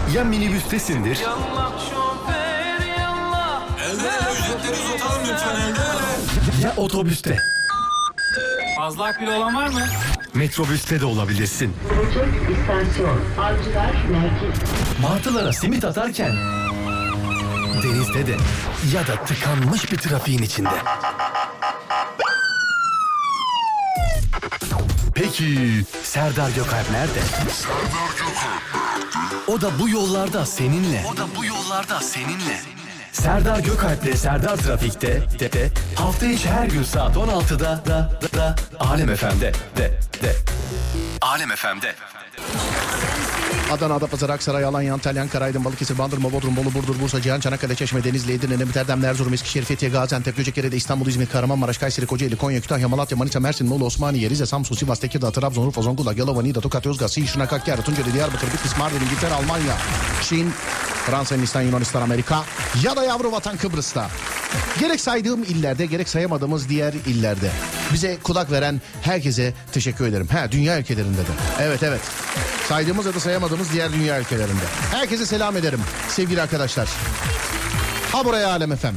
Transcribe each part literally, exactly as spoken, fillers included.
Ya minibüstesindir. Yallah şoför yallah. Elde ücretleri uzatalım lütfen elde. Ya otobüste. Fazla akbil olan var mı? Metrobüste de olabilirsin. Gelecek istasyon Avcılar Merkez. Martılara simit atarken. Denizde de ya da tıkanmış bir trafiğin içinde. Peki Serdar Gökalp nerede? Serdar Gökalp. O da bu yollarda seninle. O da bu yollarda seninle. Serdar Gökalp'le Serdar Trafik'te de, de, hafta içi her gün saat on altıda da, da, da, Alem F M'de de, de. Alem F M'de. Adana, Adapazarı, Aksaray, Alanya, Antalya, Ankara, Aydın, Balıkesir, Bandırma, Bodrum, Bolu, Burdur, Bursa, Cihan, Çanakkale, Çeşme, Denizli, Edirne, Nemrut, Erdemli, Erzurum, Eskişehir, Fethiye, Gaziantep, Göcekere, İstanbul, İzmir, Kahramanmaraş, Kayseri, Kocaeli, Konya, Kütahya, Malatya, Manisa, Mersin, Muğla, Osmaniye, Rize, Samsun, Sivas, Tekirdağ, Trabzon, Urfa, Zonguldak, Yalova, Niğde, Tokat, Yozgat, Siirt, Şırnak, Hakkari, Tunceli, Diyarbakır, Bitlis, Mardin, İngiltere, Almanya, Çin, Fransa, Hindistan, Yunanistan, Amerika ya da yavru vatan Kıbrıs'ta. Gerek saydığım illerde gerek sayamadığımız diğer illerde bize kulak veren herkese teşekkür ederim. Ha, dünya ülkelerinde de. Evet evet. Saydığımız ya da sayamadığımız diğer dünya ülkelerinde. Herkese selam ederim sevgili arkadaşlar. Ha buraya Alem F M.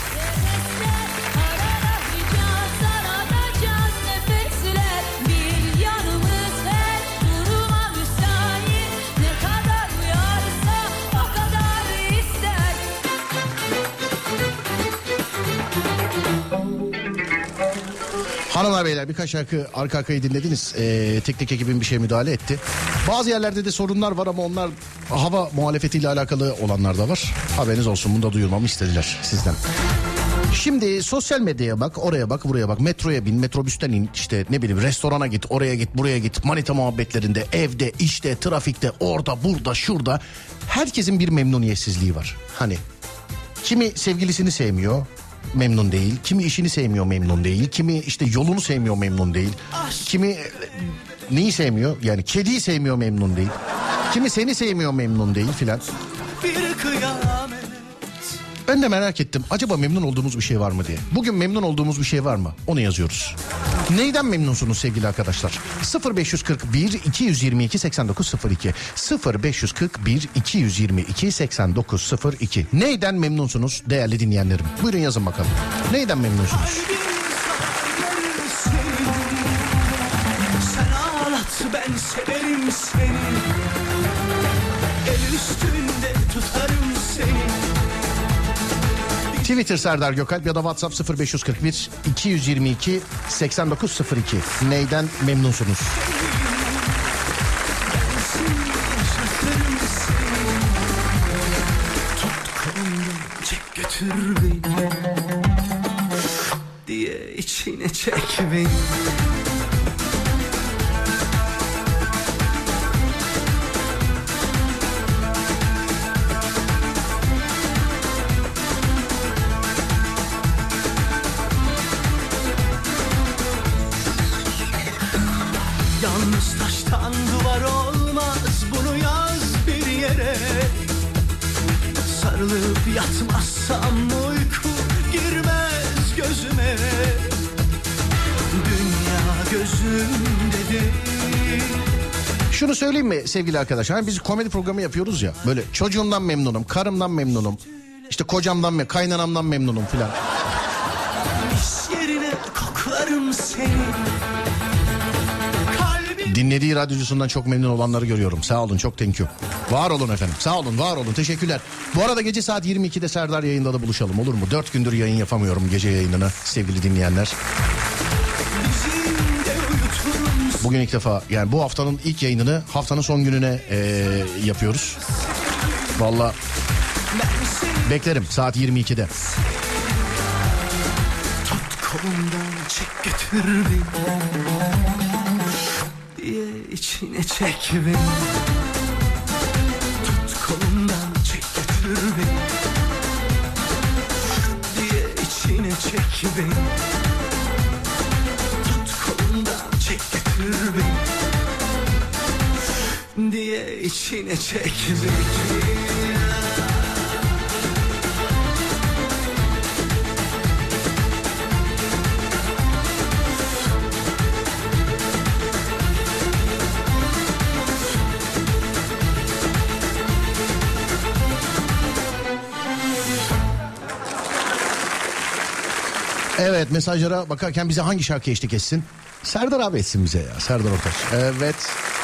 Hanımlar beyler, birkaç şarkı arka arkayı dinlediniz. Ee, teknik ekibin bir şey müdahale etti. Bazı yerlerde de sorunlar var ama onlar hava muhalefetiyle alakalı olanlar da var. Haberiniz olsun, bunu da duyurmamı istediler sizden. Şimdi sosyal medyaya bak, oraya bak, buraya bak. Metroya bin, metrobüsten in, işte ne bileyim restorana git, oraya git, buraya git. Manita muhabbetlerinde, evde, işte, trafikte, orada, burada, şurada. Herkesin bir memnuniyetsizliği var. Hani kimi sevgilisini sevmiyor, memnun değil. Kimi işini sevmiyor, memnun değil. Kimi işte yolunu sevmiyor, memnun değil. Kimi neyi sevmiyor? Yani kediyi sevmiyor, memnun değil. Kimi seni sevmiyor, memnun değil filan. Bir kıyamet. Ben de merak ettim. Acaba memnun olduğumuz bir şey var mı diye. Bugün memnun olduğumuz bir şey var mı? Onu yazıyoruz. Neyden memnunsunuz sevgili arkadaşlar? sıfır beş kırk bir iki yüz yirmi iki seksen dokuz sıfır iki sıfır beş kırk bir iki yüz yirmi iki seksen dokuz sıfır iki. Neyden memnunsunuz değerli dinleyenlerim? Buyurun yazın bakalım. Neyden memnunsunuz? Sen ağlat, ben severim seni. El üstünde tutarım seni. Twitter Serdar Gökalp ya da WhatsApp sıfır beş kırk bir iki yüz yirmi iki seksen dokuz sıfır iki. Neyden memnunsunuz? Çek götür beni diye içine çek beni. Yalnız taştan duvar olmaz, bunu yaz bir yere. Sarılıp yatmazsam uyku girmez gözüme. Dünya gözümde değil. Şunu söyleyeyim mi sevgili arkadaşlar? Hani biz komedi programı yapıyoruz ya. Böyle çocuğumdan memnunum, karımdan memnunum. İşte kocamdan ve kaynanamdan memnunum filan. İş yerine koklarım seni. Dinlediği radyocusundan çok memnun olanları görüyorum. Sağ olun, çok thank you. Var olun efendim. Sağ olun, var olun. Teşekkürler. Bu arada gece saat yirmi ikide Serdar yayında da buluşalım, olur mu? Dört gündür yayın yapamıyorum, gece yayınını sevgili dinleyenler. Bugün ilk defa, yani bu haftanın ilk yayınını haftanın son gününe ee, yapıyoruz. Vallahi beklerim saat yirmi ikide. Tut kolumdan çek götür beni diye içine çek beni. Tut kolumdan çek götür beni diye içine çek beni. Tut kolumdan çek götür beni diye içine çek beni. Evet, mesajlara bakarken bize hangi şarkı eşlik etsin? Serdar abi etsin bize ya. Serdar Ortaç. Evet.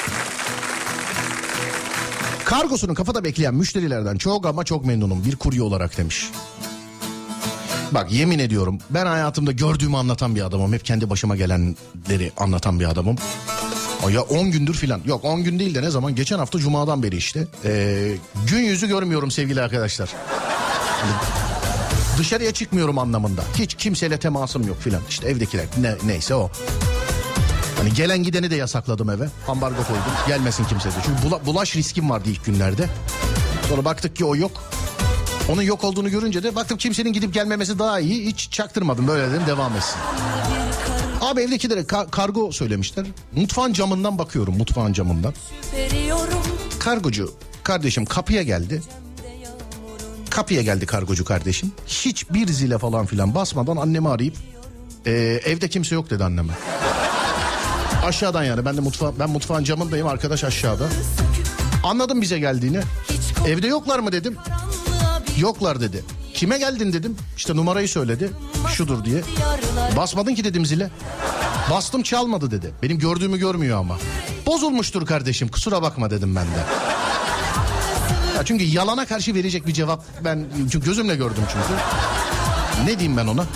Kargosunu kafada bekleyen müşterilerden çok ama çok memnunum bir kurye olarak demiş. Bak yemin ediyorum ben hayatımda gördüğümü anlatan bir adamım. Hep kendi başıma gelenleri anlatan bir adamım. Ya on gündür filan. Yok on gün değil de ne zaman? Geçen hafta Cuma'dan beri işte. Ee, gün yüzü görmüyorum sevgili arkadaşlar. Yani dışarıya çıkmıyorum anlamında. Hiç kimseyle temasım yok filan. İşte evdekiler ne, neyse o. Hani gelen gideni de yasakladım eve. Ambargo koydum. Gelmesin kimse de. Çünkü bula, bulaş riskim vardı ilk günlerde. Sonra baktık ki o yok. Onun yok olduğunu görünce de baktım kimsenin gidip gelmemesi daha iyi. Hiç çaktırmadım, böyle dedim devam etsin. Abi evdekilere ka- kargo söylemişler. Mutfağın camından bakıyorum, mutfağın camından. Kargocu kardeşim kapıya geldi. Kapıya geldi kargocu kardeşim. Hiçbir zile falan filan basmadan annemi arayıp e, evde kimse yok dedi anneme. Aşağıdan yani ben de mutfa ben mutfağın camındayım, arkadaş aşağıda. Anladım bize geldiğini. Evde yoklar mı dedim. Yoklar dedi. Kime geldin dedim. İşte numarayı söyledi. Şudur diye. Basmadın ki dedim zile. Bastım çalmadı dedi. Benim gördüğümü görmüyor ama. Bozulmuştur kardeşim kusura bakma dedim ben de. Ya çünkü yalana karşı verecek bir cevap ben çünkü gözümle gördüm çünkü. Ne diyeyim ben ona?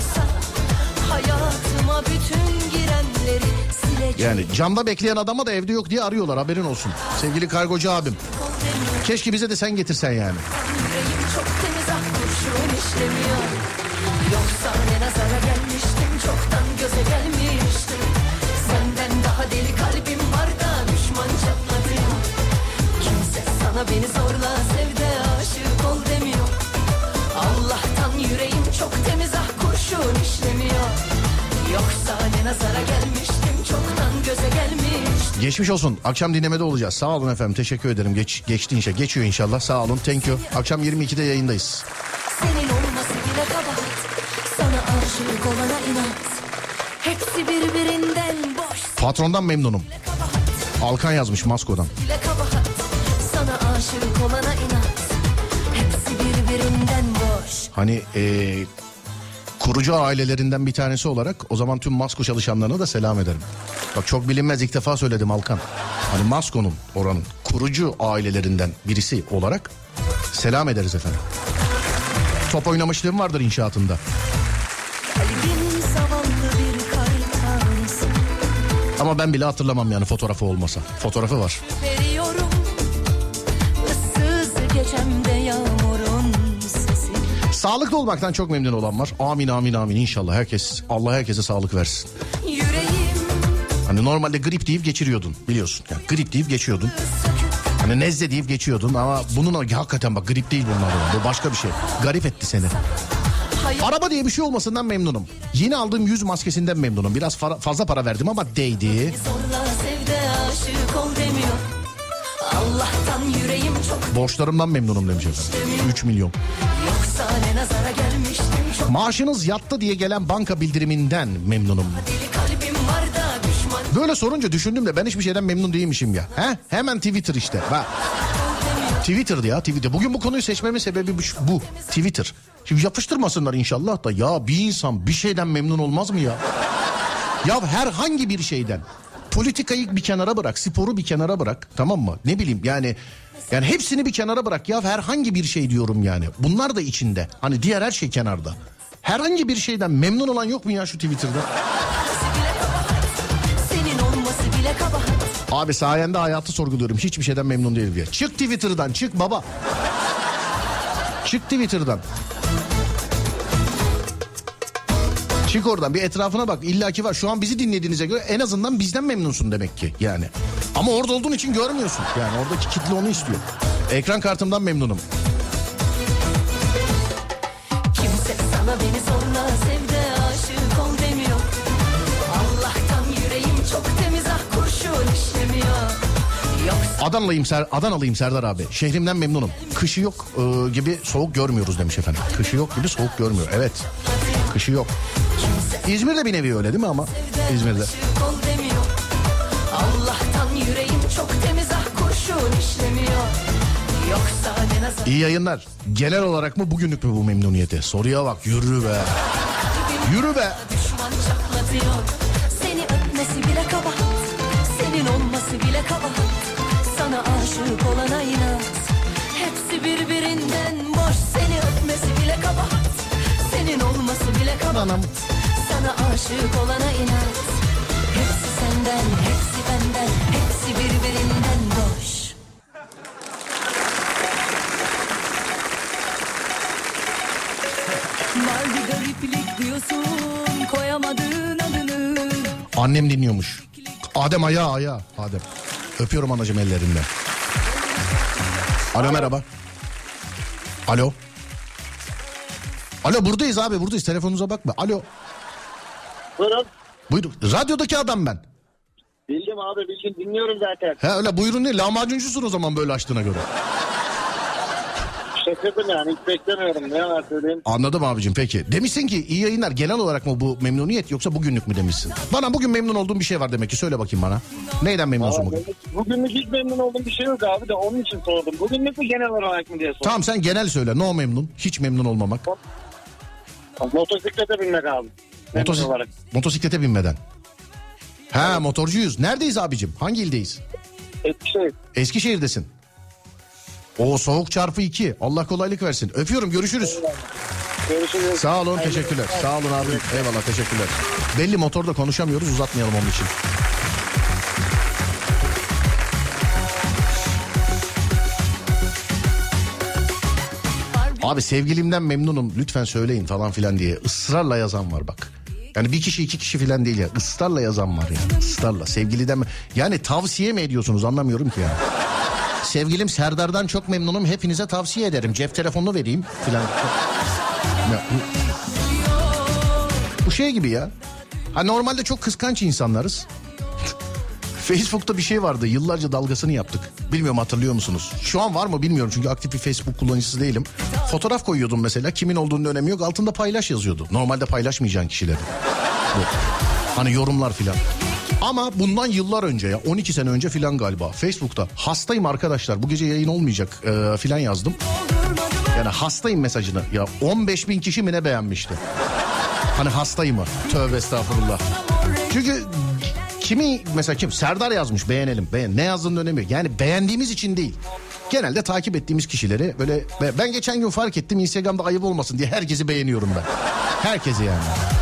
Yani camda bekleyen adama da evde yok diye arıyorlar, haberin olsun. Sevgili kargocu abim. Keşke bize de sen getirsen yani. Yoksa ne nazara gelmiştim, çoktan göze gelmiştim. Senden daha deli kalbim var da düşman çatladı. Kimse sana beni zorla sev de aşık ol demiyor. Allah'tan yüreğim çok temiz, ah kurşun işlemiyor. Yoksa ne nazara gelmiştim, çoktan göze gelmiştim. Geçmiş olsun, akşam dinlemede olacağız. Sağ olun efendim, teşekkür ederim. Geç, geçti inşallah, geçiyor inşallah, sağ olun, thank you. Akşam yirmi ikide yayındayız. Senin olması bile kabahat, sana aşık olana inat. Hepsi birbirinden boş. Patrondan memnunum. Alkan yazmış Masko'dan. Kabahat, sana aşık olana inat. Hepsi birbirinden boş. Hani ee, kurucu ailelerinden bir tanesi olarak o zaman tüm Masko çalışanlarına da selam ederim. Bak çok bilinmez, ilk defa söyledim Alkan. Hani Masko'nun, oranın kurucu ailelerinden birisi olarak selam ederiz efendim. Top oynamışlığım vardır inşaatında. Ama ben bile hatırlamam yani fotoğrafı olmasa. Fotoğrafı var. Veriyorum, ıssız gecemde yağmurun sesi. Sağlıklı olmaktan çok memnun olan var. Amin amin amin inşallah. Herkes, Allah herkese sağlık versin. Yüreğim. Hani normalde grip deyip geçiriyordun biliyorsun. Yani grip deyip geçiyordun. Hani nezle deyip geçiyordun ama bunun hakikaten bak grip değil bunlar. Bu başka bir şey. Garip etti seni. Araba diye bir şey olmasından memnunum. Yeni aldığım yüz maskesinden memnunum. Biraz fa- fazla para verdim ama değdi. Borçlarımdan memnunum demiş efendim. üç milyon. Maaşınız yattı diye gelen banka bildiriminden memnunum. Böyle sorunca düşündüm de ben hiçbir şeyden memnun değilmişim ya. He? Hemen Twitter işte. Bak. Twitter'dı ya Twitter. Bugün bu konuyu seçmemin sebebi bu. Twitter. Şimdi yapıştırmasınlar inşallah da ya bir insan bir şeyden memnun olmaz mı ya? Ya herhangi bir şeyden. Politikayı bir kenara bırak, sporu bir kenara bırak, tamam mı? Ne bileyim yani yani hepsini bir kenara bırak ya, herhangi bir şey diyorum yani. Bunlar da içinde. Hani diğer her şey kenarda. Herhangi bir şeyden memnun olan yok mu ya şu Twitter'da? Abi sayende hayatı sorguluyorum. Hiçbir şeyden memnun değilim diye. Çık Twitter'dan, çık baba. Çık Twitter'dan. Çık oradan, bir etrafına bak. İlla ki var. Şu an bizi dinlediğinize göre en azından bizden memnunsun demek ki yani. Ama orada olduğun için görmüyorsun. Yani oradaki kitle onu istiyor. Ekran kartımdan memnunum. Kimse sana beni zorla sev de aşık ol demiyor. Allah'tan yüreğim çok temiz, ah kurşun işlemiyor. Adanalıyım, Ser, Adanalıyım Serdar abi. Şehrimden memnunum. Kışı yok e, gibi soğuk görmüyoruz demiş efendim. Kışı yok gibi soğuk görmüyor. Evet. Kışı yok. İzmir'de bir nevi öyle değil mi ama? İzmir'de. Allah'tan yüreğim çok temiz, ah kurşun işlemiyor. İyi yayınlar. Genel olarak mı bugünlük mü bu memnuniyeti? Soruya bak, yürü be. Yürü be. Düşman çatlatıyor. Seni öpmesi bile kabahat. Senin olması bile kabahat. Sana aşık olana inat. Hepsi birbirinden boş. Seni öpmesi bile kabahat. Senin olması bile kabahat. Sana aşık olana inat. Hepsi senden, hepsi benden, hepsi birbirinden boş. Var bir gariplik diyorsun, koyamadığın adını. Annem dinliyormuş. Adem ayağa ayağa. Adem. Öpüyorum anacığım ellerinden. Alo merhaba. Alo. Alo buradayız abi buradayız. Telefonunuza bakma. Alo. Buyurun. Buyurun. Radyodaki adam ben. Bildim abi bildim dinliyorum zaten. He öyle buyurun değil. Lahmacuncusun o zaman böyle açtığına göre. Şaşırdım yani hiç beklemiyorum ne var söyleyeyim. Anladım abicim peki. Demişsin ki iyi yayınlar genel olarak mı bu memnuniyet yoksa bugünlük mü demişsin? Bana bugün memnun olduğum bir şey var demek ki söyle bakayım bana. Neyden memnunsun Aa, bugün? Bugünlük hiç memnun olduğum bir şey yok abi de onun için sordum. Bugünlük mü genel olarak mı diye sordum. Tamam sen genel söyle. No memnun. Hiç memnun olmamak. Motosiklete binmek abi. Motosik- olarak. motosiklete binmeden. Ha evet. Motorcuyuz. Neredeyiz abicim? Hangi ildeyiz? Eskişehir. Eskişehir'desin. O soğuk çarpı iki. Allah kolaylık versin. Öpüyorum görüşürüz. Görüşürüz. Sağ olun teşekkürler. Sağ olun abi. Eyvallah teşekkürler. Belli motorda konuşamıyoruz uzatmayalım onun için. Abi sevgilimden memnunum lütfen söyleyin falan filan diye ısrarla yazan var bak. Yani bir kişi iki kişi filan değil ya ısrarla yazan var ya ısrarla sevgiliden yani tavsiye mi ediyorsunuz anlamıyorum ki ya. Sevgilim Serdar'dan çok memnunum hepinize tavsiye ederim cep telefonunu vereyim filan. Ya, bu, bu şey gibi ya. Ha normalde çok kıskanç insanlarız. Facebook'ta bir şey vardı yıllarca dalgasını yaptık. Bilmiyorum hatırlıyor musunuz? Şu an var mı bilmiyorum çünkü aktif bir Facebook kullanıcısı değilim. Fotoğraf koyuyordum mesela kimin olduğunun önemi yok altında paylaş yazıyordu. Normalde paylaşmayacağın kişileri. Bu. Hani yorumlar filan. Ama bundan yıllar önce ya on iki sene önce filan galiba Facebook'ta hastayım arkadaşlar bu gece yayın olmayacak e, filan yazdım. Yani hastayım mesajını ya on beş bin kişi mi ne beğenmişti. Hani hastayım mı? Tövbe estağfurullah. Çünkü kimi mesela kim Serdar yazmış beğenelim beğen ne yazdığının önemi yok. Yani beğendiğimiz için değil. Genelde takip ettiğimiz kişileri böyle ben geçen gün fark ettim Instagram'da ayıp olmasın diye herkesi beğeniyorum ben. Herkesi yani.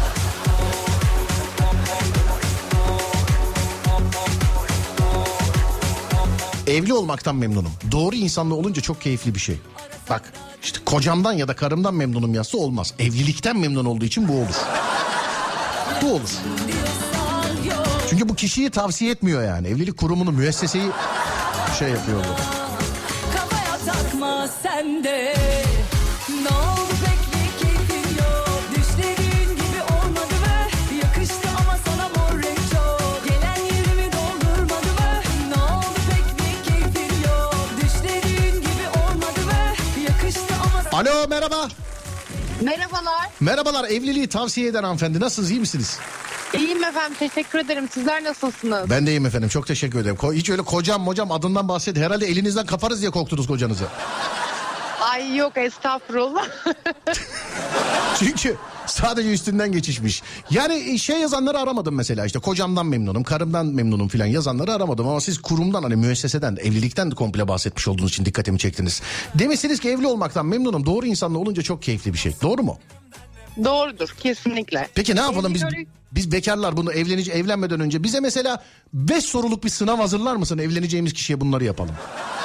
Evli olmaktan memnunum. Doğru insanla olunca çok keyifli bir şey. Bak işte kocamdan ya da karımdan memnunum yazsa olmaz. Evlilikten memnun olduğu için bu olur. Bu olur. Çünkü bu kişiyi tavsiye etmiyor yani. Evlilik kurumunu, müesseseyi şey yapıyor. Kafaya takma sen de. Ne oldu pek bir keyfin yok. Düşlediğin gibi olmadı mı? Yakıştı ama sana mor renk çok. Gelen yerimi doldurmadı mı? Ne oldu pek bir keyfin yok. Düşlediğin gibi olmadı mı? Yakıştı ama sana... Alo merhaba. Merhabalar. Merhabalar evliliği tavsiye eden hanımefendi nasılsınız iyi misiniz? İyiyim efendim teşekkür ederim. Sizler nasılsınız? Ben de iyiyim efendim çok teşekkür ederim. Ko- Hiç öyle kocam hocam adından bahset. Herhalde elinizden kaparız diye korktunuz kocanızı. Ay yok estağfurullah. Çünkü sadece üstünden geçişmiş. Yani şey yazanları aramadım mesela işte kocamdan memnunum, karımdan memnunum filan yazanları aramadım. Ama siz kurumdan hani müesseseden, evlilikten de komple bahsetmiş olduğunuz için dikkatimi çektiniz. Demişsiniz ki evli olmaktan memnunum. Doğru insanla olunca çok keyifli bir şey. Doğru mu? Doğrudur kesinlikle. Peki ne yapalım biz Evli- biz bekarlar bunu evlenici evlenmeden önce bize mesela beş soruluk bir sınav hazırlar mısın? Evleneceğimiz kişiye bunları yapalım.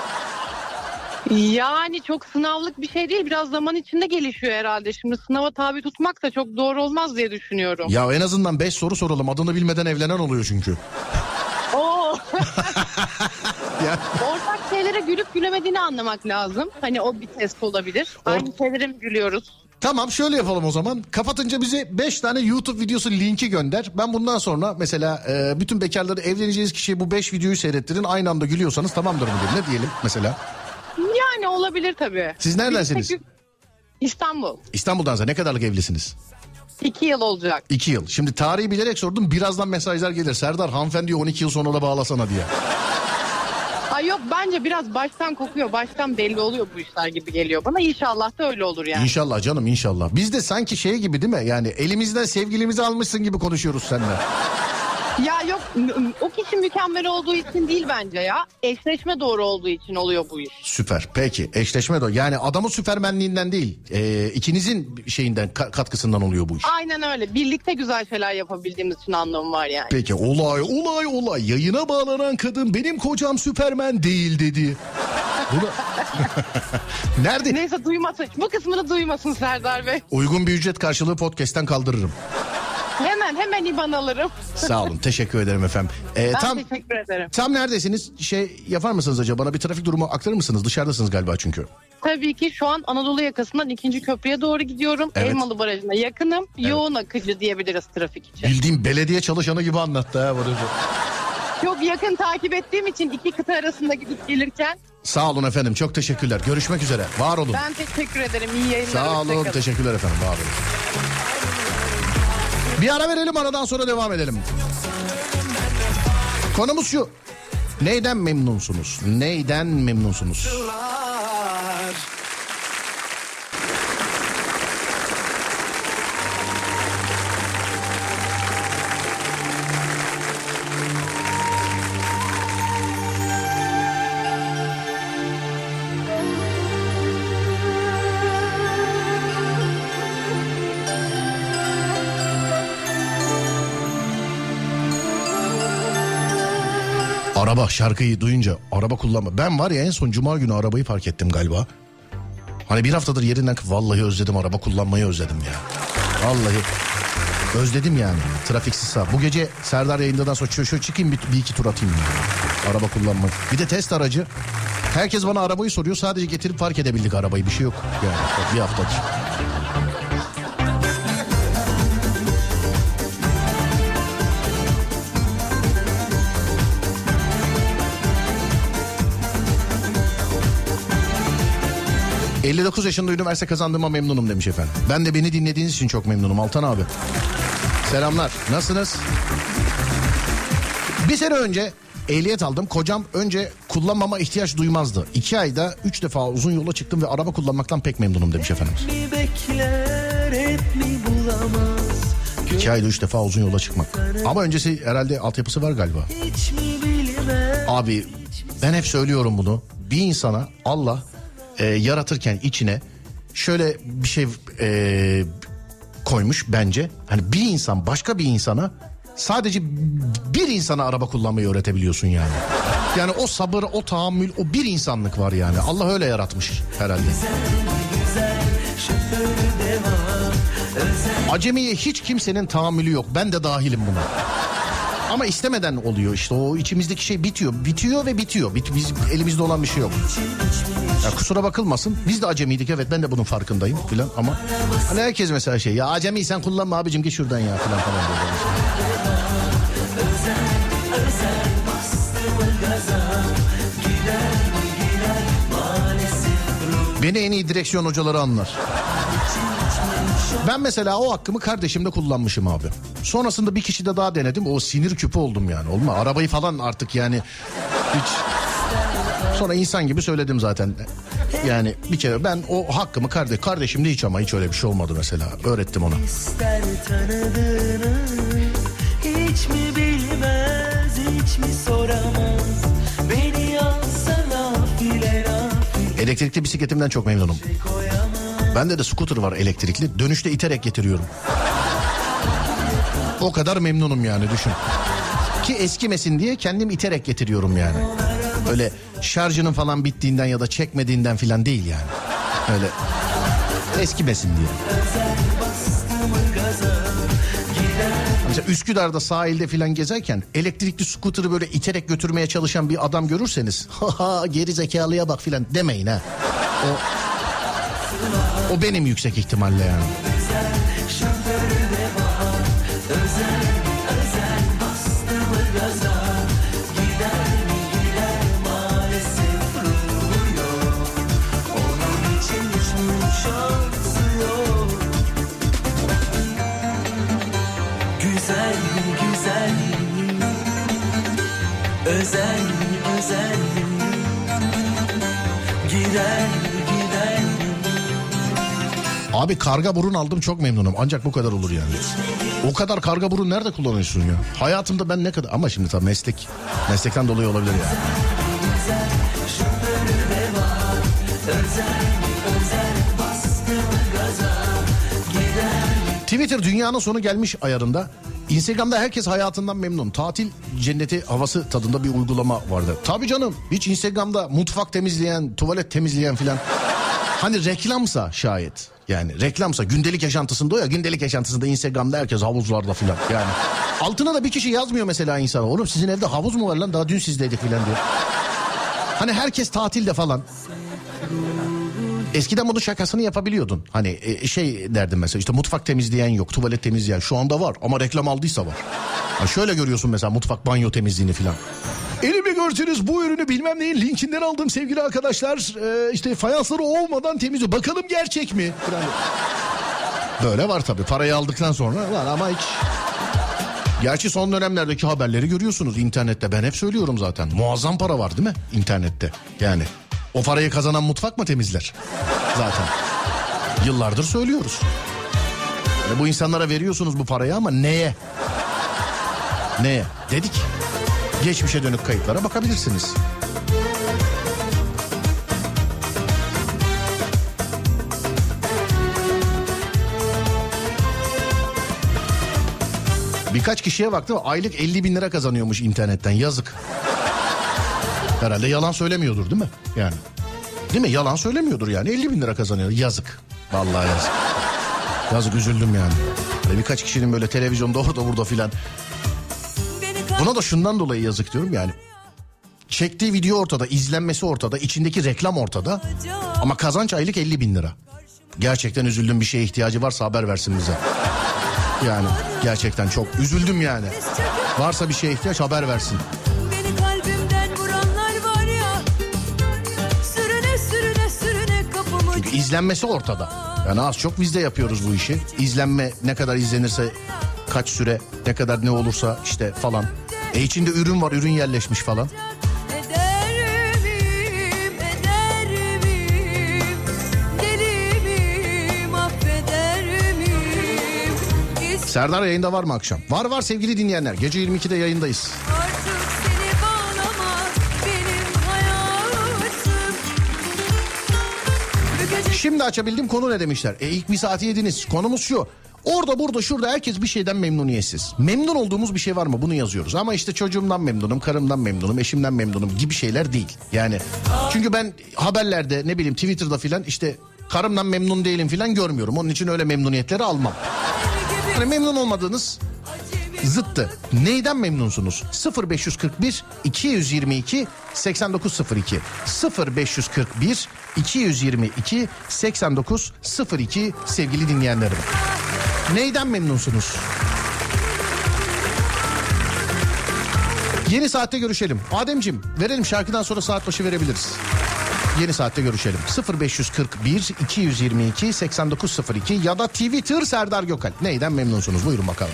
Yani çok sınavlık bir şey değil. Biraz zaman içinde gelişiyor herhalde. Şimdi sınava tabi tutmak da çok doğru olmaz diye düşünüyorum. Ya en azından beş soru soralım. Adını bilmeden evlenen oluyor çünkü. Oo. Ya. Ortak şeylere gülüp gülemediğini anlamak lazım. Hani o bir test olabilir. Or- Aynı şeylere mi gülüyoruz? Tamam şöyle yapalım o zaman. Kapatınca bize beş tane YouTube videosu linki gönder. Ben bundan sonra mesela e, bütün bekarları evleneceğiz kişiye bu beş videoyu seyrettirin. Aynı anda gülüyorsanız tamamdır mı diyeyim. Ne diyelim mesela? Yani olabilir tabii. Siz neredensiniz? Biz- İstanbul. İstanbul'dansa ne kadarlık evlisiniz? İki yıl olacak. İki yıl. Şimdi tarihi bilerek sordum. Birazdan mesajlar gelir. Serdar hanımefendiyi on iki yıl sonra da bağlasana diye. Ay yok, bence biraz baştan kokuyor. Baştan belli oluyor bu işler gibi geliyor bana. İnşallah da öyle olur yani. İnşallah canım, inşallah. Biz de sanki şey gibi değil mi? Yani elimizden sevgilimizi almışsın gibi konuşuyoruz seninle. Ya yok, o kişi mükemmel olduğu için değil bence ya. Eşleşme doğru olduğu için oluyor bu iş. Süper. Peki eşleşme doğru. Yani adamın süpermenliğinden değil. E, ikinizin şeyinden, katkısından oluyor bu iş. Aynen öyle. Birlikte güzel şeyler yapabildiğimiz için anlamı var yani. Peki olay olay olay. Yayına bağlanan kadın benim kocam süpermen değil dedi. Bunu... Nerede? Neyse duymasın. Bu kısmını duymasın Serdar Bey. Uygun bir ücret karşılığı podcast'ten kaldırırım. Hemen hemen İban alırım. Sağ olun, teşekkür ederim efendim. Ee, ben tam, teşekkür ederim. Tam neredesiniz? Şey yapar mısınız acaba? Bana bir trafik durumu aktarır mısınız? Dışarıdasınız galiba çünkü. Tabii ki şu an Anadolu yakasından ikinci köprüye doğru gidiyorum. Evet. Elmalı Barajı'na yakınım. Evet. Yoğun akıcı diyebiliriz trafik için. Bildiğim belediye çalışanı gibi anlattı ha barajı. Çok yakın takip ettiğim için iki kıta arasında gidip gelirken. Sağ olun efendim, çok teşekkürler. Görüşmek üzere, var olun. Ben teşekkür ederim, iyi yayınlar. Sağ olun, teşekkürler efendim, var olun. Bir ara verelim, aradan sonra devam edelim. Konumuz şu. Neyden memnunsunuz? Neyden memnunsunuz? Araba şarkıyı duyunca araba kullanma. Ben var ya en son cuma günü arabayı park ettim galiba. Hani bir haftadır yerinden vallahi özledim, araba kullanmayı özledim ya. Vallahi özledim yani, trafiksiz sağ. Bu gece Serdar yayından sonra şöyle, şöyle çıkayım bir, bir iki tur atayım yani. Araba kullanmayı. Bir de test aracı. Herkes bana arabayı soruyor, sadece getirip park edebildik arabayı, bir şey yok yani bir haftadır. elli dokuz yaşında üniversite kazandığıma memnunum demiş efendim. Ben de beni dinlediğiniz için çok memnunum Altan abi. Selamlar, nasılsınız? Bir sene önce ehliyet aldım. Kocam önce kullanmama ihtiyaç duymazdı. İki ayda üç defa uzun yola çıktım ve araba kullanmaktan pek memnunum demiş efendim. İki ayda üç defa uzun yola çıkmak. Ama öncesi herhalde altyapısı var galiba. Abi ben hep söylüyorum bunu. Bir insana Allah e, yaratırken içine şöyle bir şey e, koymuş bence. Hani bir insan başka bir insana, sadece bir insana araba kullanmayı öğretebiliyorsun yani. Yani o sabır, o tahammül, o bir insanlık var yani. Allah öyle yaratmış herhalde. Acemiye hiç kimsenin tahammülü yok. Ben de dahilim buna. Ama istemeden oluyor işte, o içimizdeki şey bitiyor. Bitiyor ve bitiyor. Bit, biz, elimizde olan bir şey yok. Ya kusura bakılmasın. Biz de acemiydik, evet, ben de bunun farkındayım filan ama hani herkes mesela şey, ya acemi sen kullanma abicim git şuradan ya filan falan diyor. Beni en iyi direksiyon hocaları anlar. Ben mesela o hakkımı kardeşimde kullanmışım abi. Sonrasında bir kişide daha denedim. O sinir küpü oldum yani. Olma arabayı falan artık yani hiç. Sonra insan gibi söyledim zaten. Yani bir kere ben o hakkımı kardeş, kardeşimde hiç ama hiç öyle bir şey olmadı mesela. Öğrettim ona. Hiç mi bilmez, hiç mi soramaz. Beni alsana file file. Elektrikli bisikletimden çok memnunum. Bende de scooter var elektrikli. Dönüşte iterek getiriyorum. O kadar memnunum yani, düşün. Ki eskimesin diye kendim iterek getiriyorum yani. Öyle şarjının falan bittiğinden ya da çekmediğinden falan değil yani. Öyle eskimesin diye. Mesela Üsküdar'da sahilde falan gezerken elektrikli scooter'ı böyle iterek götürmeye çalışan bir adam görürseniz ha geri zekalıya bak falan demeyin ha. O O benim yüksek ihtimalle yani. Güzel mi güzel mi, özel mi özel mi, Abi karga burun aldım, çok memnunum. Ancak bu kadar olur yani. O kadar karga burun nerede kullanıyorsun ya? Hayatımda ben ne kadar... Ama şimdi tabii meslek... Meslekten dolayı olabilir yani. Twitter dünyanın sonu gelmiş ayarında. Instagram'da herkes hayatından memnun. Tatil cenneti havası tadında bir uygulama vardı. Tabii canım, hiç Instagram'da mutfak temizleyen, tuvalet temizleyen filan... Hani reklamsa şayet, yani reklamsa, gündelik yaşantısında o ya, gündelik yaşantısında Instagram'da herkes havuzlarda filan yani. Altına da bir kişi yazmıyor mesela insana. Oğlum sizin evde havuz mu var lan, daha dün sizdeydik filan diye. Hani herkes tatilde falan. Eskiden bunun şakasını yapabiliyordun. Hani şey derdim mesela, işte mutfak temizleyen yok, tuvalet temizleyen. Şu anda var ama reklam aldıysa var. Yani şöyle görüyorsun mesela mutfak banyo temizliğini filan. Elimle görseniz bu ürünü bilmem neyin linkinden aldım sevgili arkadaşlar. Ee, işte fayansları olmadan temizliyor. Bakalım gerçek mi? Falan. Böyle var tabii. Parayı aldıktan sonra var ama hiç... Gerçi son dönemlerdeki haberleri görüyorsunuz internette. Ben hep söylüyorum zaten. Muazzam para var değil mi internette? Yani o parayı kazanan mutfak mı temizler? Zaten. Yıllardır söylüyoruz. Yani bu insanlara veriyorsunuz bu parayı ama neye? Neye? Dedik. Geçmişe dönük kayıtlara bakabilirsiniz. Birkaç kişiye baktım, aylık elli bin lira kazanıyormuş internetten, yazık. Herhalde yalan söylemiyordur değil mi? Yani. Değil mi? Yalan söylemiyordur yani, elli bin lira kazanıyor, yazık. Vallahi yazık. Yazık, üzüldüm yani. yani. Birkaç kişinin böyle televizyonda orada burada filan. Buna da şundan dolayı yazık diyorum yani. Çektiği video ortada, izlenmesi ortada, içindeki reklam ortada. Ama kazanç aylık elli bin lira. Gerçekten üzüldüm, bir şeye ihtiyacı varsa haber versin bize. Yani gerçekten çok üzüldüm yani. Varsa bir şeye ihtiyaç, haber versin. Beni kalbimden vuranlar var ya, sürüne sürüne sürüne kapımı... Çünkü izlenmesi ortada. Yani az çok biz de yapıyoruz bu işi. İzlenme ne kadar izlenirse, kaç süre, ne kadar ne olursa işte falan. E içinde ürün var, ürün yerleşmiş falan. Serdar yayında var mı akşam? Var var sevgili dinleyenler. Gece yirmi ikide yayındayız. Şimdi açabildim, konu ne demişler? E ilk bir saati yediniz. Konumuz şu. Orada burada şurada herkes bir şeyden memnuniyetsiz. Memnun olduğumuz bir şey var mı? Bunu yazıyoruz. Ama işte çocuğumdan memnunum, karımdan memnunum, eşimden memnunum gibi şeyler değil. Yani çünkü ben haberlerde, ne bileyim Twitter'da filan işte karımdan memnun değilim filan görmüyorum. Onun için öyle memnuniyetleri almam. Yani memnun olmadığınız zıttı. Neyden memnunsunuz? sıfır beş kırk bir iki yüz yirmi iki seksen dokuz sıfır iki sıfır beş kırk bir iki yüz yirmi iki seksen dokuz sıfır iki sevgili dinleyenlerim. Neyden memnunsunuz? Yeni saatte görüşelim. Ademciğim verelim, şarkıdan sonra saat başı verebiliriz. Yeni saatte görüşelim. sıfır beş kırk bir iki yüz yirmi iki seksen dokuz sıfır iki ya da Twitter Serdar Gökalp. Neyden memnunsunuz? Buyurun bakalım.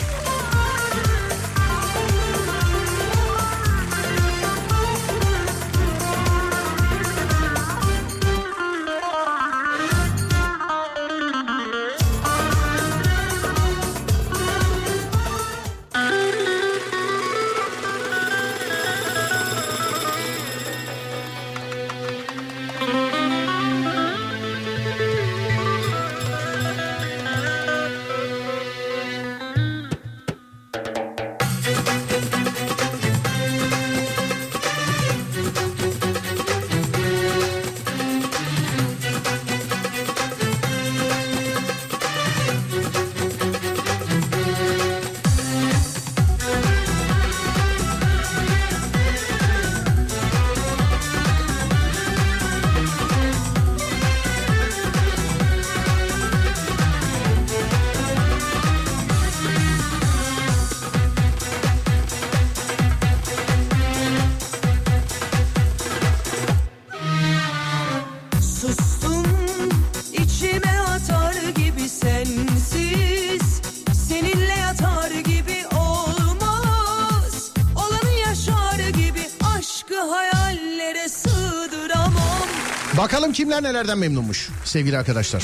Bakalım kimler nelerden memnunmuş sevgili arkadaşlar.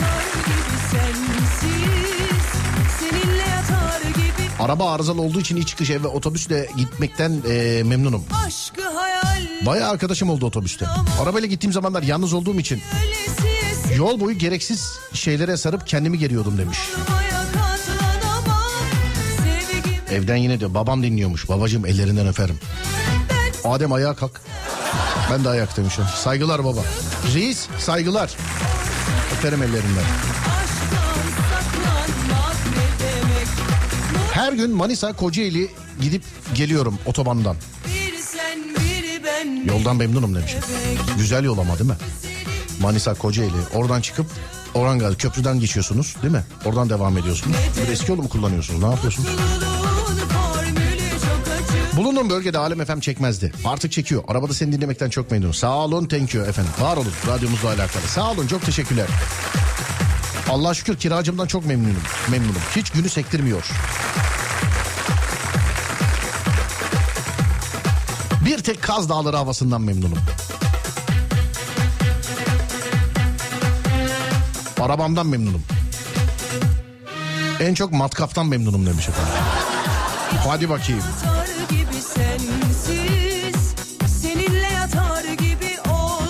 Araba arızalı olduğu için iç çıkış ev ve otobüsle gitmekten e, memnunum. Bayağı arkadaşım oldu otobüste. Arabayla gittiğim zamanlar yalnız olduğum için yol boyu gereksiz şeylere sarıp kendimi geriyordum demiş. Evden yine diyor babam dinliyormuş. Babacığım ellerinden öperim. Adem ayağa kalk. Ben de ayaktayım şu an. Saygılar baba. Reis saygılar. Öperim ellerinden. Her gün Manisa Kocaeli gidip geliyorum otobandan. Yoldan memnunum demiş. Güzel yol ama değil mi? Manisa Kocaeli. Oradan çıkıp Orangaz köprüden geçiyorsunuz değil mi? Oradan devam ediyorsunuz. Bir eski yolu mu kullanıyorsunuz? Ne yapıyorsunuz? Bulunduğum bölgede Alem F M çekmezdi. Artık çekiyor. Arabada seni dinlemekten çok memnunum. Sağ olun, thank you efendim. Var olun radyomuzla alakalı. Sağ olun, çok teşekkürler. Allah'a şükür kiracımdan çok memnunum. Memnunum. Hiç günü sektirmiyor. Bir tek Kaz Dağları havasından memnunum. Arabamdan memnunum. En çok matkaptan memnunum demiş efendim. Hadi bakayım. Sensiz, seninle yatar gibi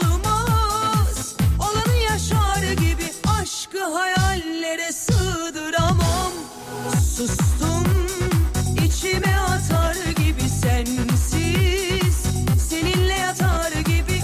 olmaz. Olanı yaşar gibi aşkı hayallere sığdıramam. Sustum, içime atar gibi sensiz, seninle yatar gibi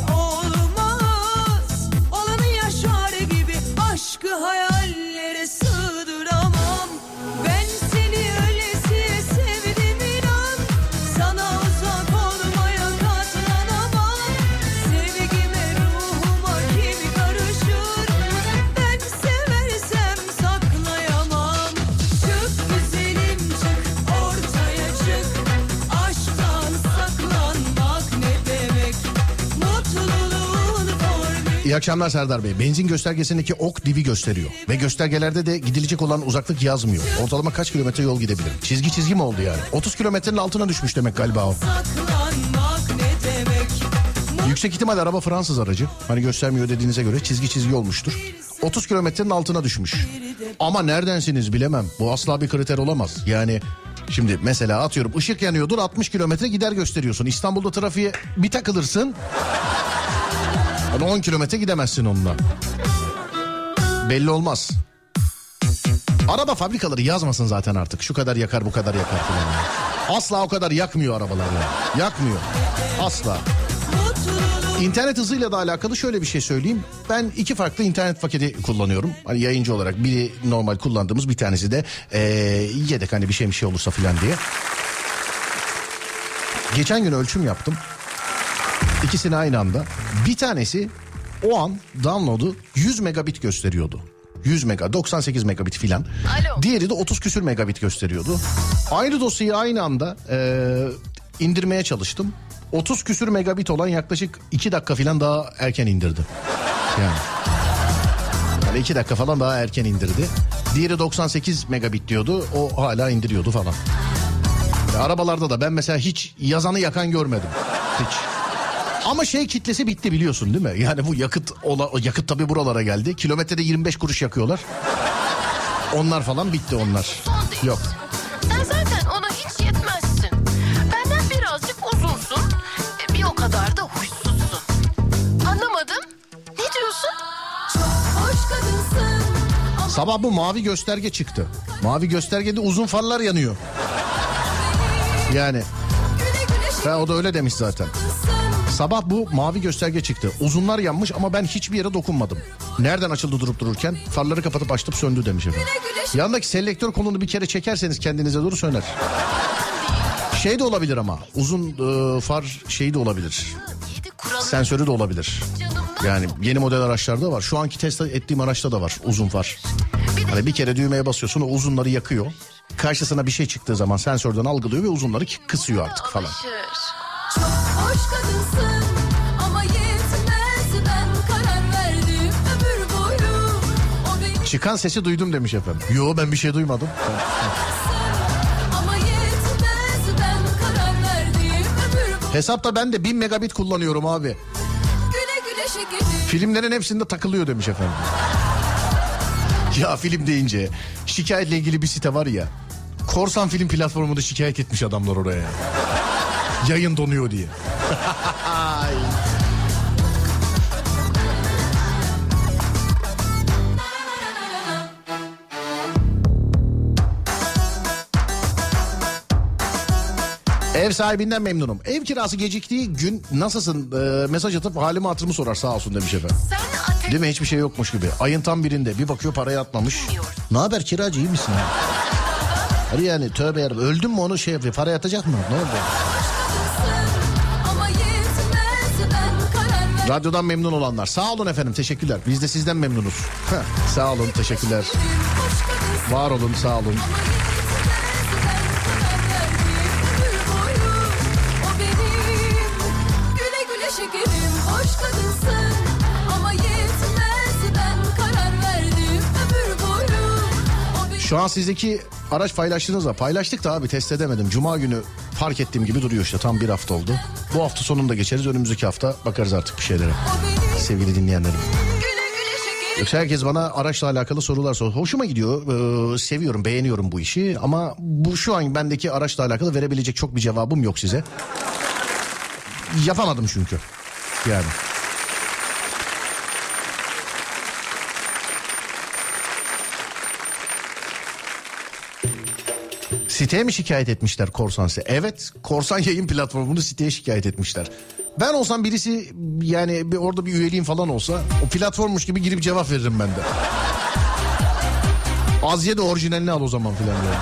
olmaz. Olanı yaşar gibi aşkı hayallere sığdıramam. Ben seni öylesiye sevdim inan. Sana uzak olmaya katlanamam. Sevgime ruhuma kim karışır? Ben seversem saklayamam. Çık güzelim çık ortaya çık. Aşktan saklanmak ne demek? Mutluluğun formülü. İyi akşamlar Serdar Bey. Benzin göstergesindeki ok dibi gösteriyor. Ve göstergelerde de gidilecek olan uzaklık yazmıyor. Ortalama kaç kilometre yol gidebilirim? Çizgi çizgi mi oldu yani? otuz kilometrenin altına düşmüş demek galiba o. Saklanmak ne demek? Yüksek ihtimal araba Fransız aracı. Hani göstermiyor dediğinize göre çizgi çizgi olmuştur. otuz kilometrenin altına düşmüş. Ama neredensiniz bilemem. Bu asla bir kriter olamaz. Yani şimdi mesela atıyorum ışık yanıyordur, altmış kilometre gider gösteriyorsun. İstanbul'da trafiğe bir takılırsın. Yani on kilometre gidemezsin onunla. Belli olmaz. Araba fabrikaları yazmasın zaten artık. Şu kadar yakar, bu kadar yakar falan. Asla o kadar yakmıyor arabalar yani. Yakmıyor. Asla. İnternet hızıyla da alakalı şöyle bir şey söyleyeyim. Ben iki farklı internet paketi kullanıyorum. Hani yayıncı olarak biri normal kullandığımız, bir tanesi de ee, yedek hani bir şey bir şey olursa falan diye. Geçen gün ölçüm yaptım. İkisini aynı anda. Bir tanesi o an download'u yüz megabit gösteriyordu. yüz mega, doksan sekiz megabit filan. Diğeri de otuz küsür megabit gösteriyordu. Aynı dosyayı aynı anda e, indirmeye çalıştım. otuz küsür megabit olan yaklaşık iki dakika filan daha erken indirdi. Yani. Yani iki dakika falan daha erken indirdi. Diğeri doksan sekiz megabit diyordu. O hala indiriyordu falan. Ya, arabalarda da ben mesela hiç yazanı yakan görmedim. Hiç. Ama şey kitlesi bitti biliyorsun değil mi? Yani bu yakıt ola, yakıt tabii buralara geldi. Kilometrede yirmi beş kuruş yakıyorlar. Onlar falan bitti onlar. Yok. Sen zaten ona hiç yetmezsin. Benden birazcık uzunsun. E, bir o kadar da huysuzsun. Anlamadım. Ne diyorsun? Çok hoş kadınsın. Sabah bu mavi gösterge çıktı. Mavi göstergede uzun farlar yanıyor. Yani. Ha, o da öyle demiş zaten. Sabah bu mavi gösterge çıktı. Uzunlar yanmış ama ben hiçbir yere dokunmadım. Nereden açıldı durup dururken? Farları kapatıp açtım söndü demiş efendim. Yandaki selektör kolunu bir kere çekerseniz kendinize doğru söner. Şey de olabilir ama uzun e, far şeyi de olabilir. Sensörü de olabilir. Yani yeni model araçlarda var. Şu anki test ettiğim araçta da var uzun far. Hani bir kere düğmeye basıyorsun, o uzunları yakıyor. Karşısına bir şey çıktığı zaman sensörden algılıyor ve uzunları kısıyor artık falan. Çok hoş kadınsın ama yetmez, ben karar verdim ömür boyu. O benim... Çıkan sesi duydum demiş efendim. Yo, ben bir şey duymadım. Ama yetmez, ben karar verdim ömür boyu. Hesapta ben de bin megabit kullanıyorum abi. Güle güle şekerim. Filmlerin hepsinde takılıyor demiş efendim. Ya film deyince şikayetle ilgili bir site var ya. Korsan film platformunda şikayet etmiş adamlar oraya. Yayın donuyor diye. Ev sahibinden memnunum. Ev kirası geciktiği gün nasılsın e, mesaj atıp halimi hatırımı sorar sağ olsun demiş efendim. Değil mi, hiçbir şey yokmuş gibi. Ayın tam birinde bir bakıyor parayı atmamış. Ne haber kiracı, iyi misin? Hadi yani tövbe yarabbim, öldün mü onu şey yapıyor, parayı atacak mı? Ne oldu? Radyodan memnun olanlar sağ olun efendim, teşekkürler. Biz de sizden memnunuz. Heh, sağ olun, teşekkürler. Var olun, sağ olun. Şu an sizdeki araç paylaştınız da paylaştık da abi test edemedim. Cuma günü fark ettiğim gibi duruyor işte, tam bir hafta oldu. Bu hafta sonunda geçeriz, önümüzdeki hafta bakarız artık bir şeylere. Sevgili dinleyenlerim. Yoksa herkes bana araçla alakalı sorular soruyor. Hoşuma gidiyor, ee, seviyorum, beğeniyorum bu işi. Ama bu şu an bendeki araçla alakalı verebilecek çok bir cevabım yok size. Yapamadım çünkü. Yani. Siteye mi şikayet etmişler korsanse? Evet, korsan yayın platformunu siteye şikayet etmişler. Ben olsam birisi, yani bir, orada bir üyeliğim falan olsa o platformmuş gibi girip cevap veririm ben de. Az ye de orijinalini al o zaman filan yani.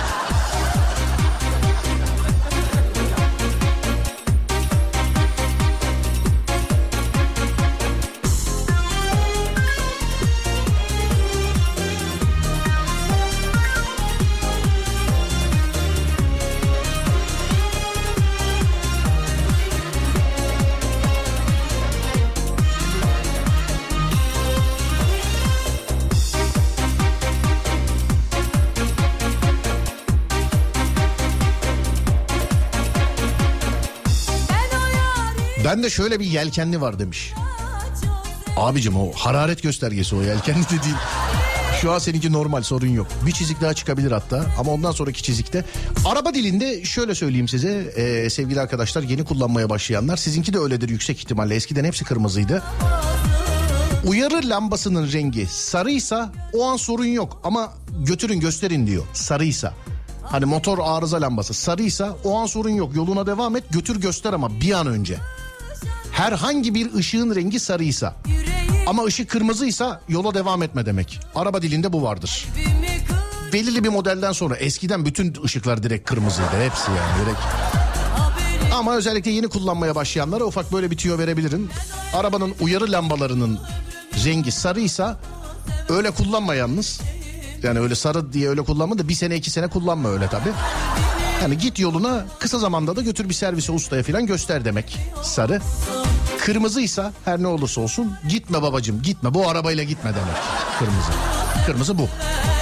Ben de şöyle bir yelkenli var demiş. Abicim o hararet göstergesi, o yelkenli dediğin. Şu an seninki normal, sorun yok. Bir çizik daha çıkabilir hatta, ama ondan sonraki çizikte. Araba dilinde şöyle söyleyeyim size e, sevgili arkadaşlar, yeni kullanmaya başlayanlar. Sizinki de öyledir yüksek ihtimalle, eskiden hepsi kırmızıydı. Uyarı lambasının rengi sarıysa o an sorun yok, ama götürün gösterin diyor sarıysa. Hani motor arıza lambası sarıysa o an sorun yok, yoluna devam et, götür göster ama bir an önce. Herhangi bir ışığın rengi sarıysa ama ışık kırmızıysa yola devam etme demek. Araba dilinde bu vardır. Belirli bir modelden sonra, eskiden bütün ışıklar direkt kırmızıydı, hepsi yani direkt. Ama özellikle yeni kullanmaya başlayanlara ufak böyle bir tüyo verebilirim. Arabanın uyarı lambalarının rengi sarıysa öyle kullanma yalnız. Yani öyle sarı diye öyle kullanma da bir sene iki sene kullanma öyle tabii. Yani git yoluna, kısa zamanda da götür bir servise, ustaya falan göster demek sarı. Kırmızıysa her ne olursa olsun gitme babacığım, gitme, bu arabayla gitme demek kırmızı. Kırmızı bu.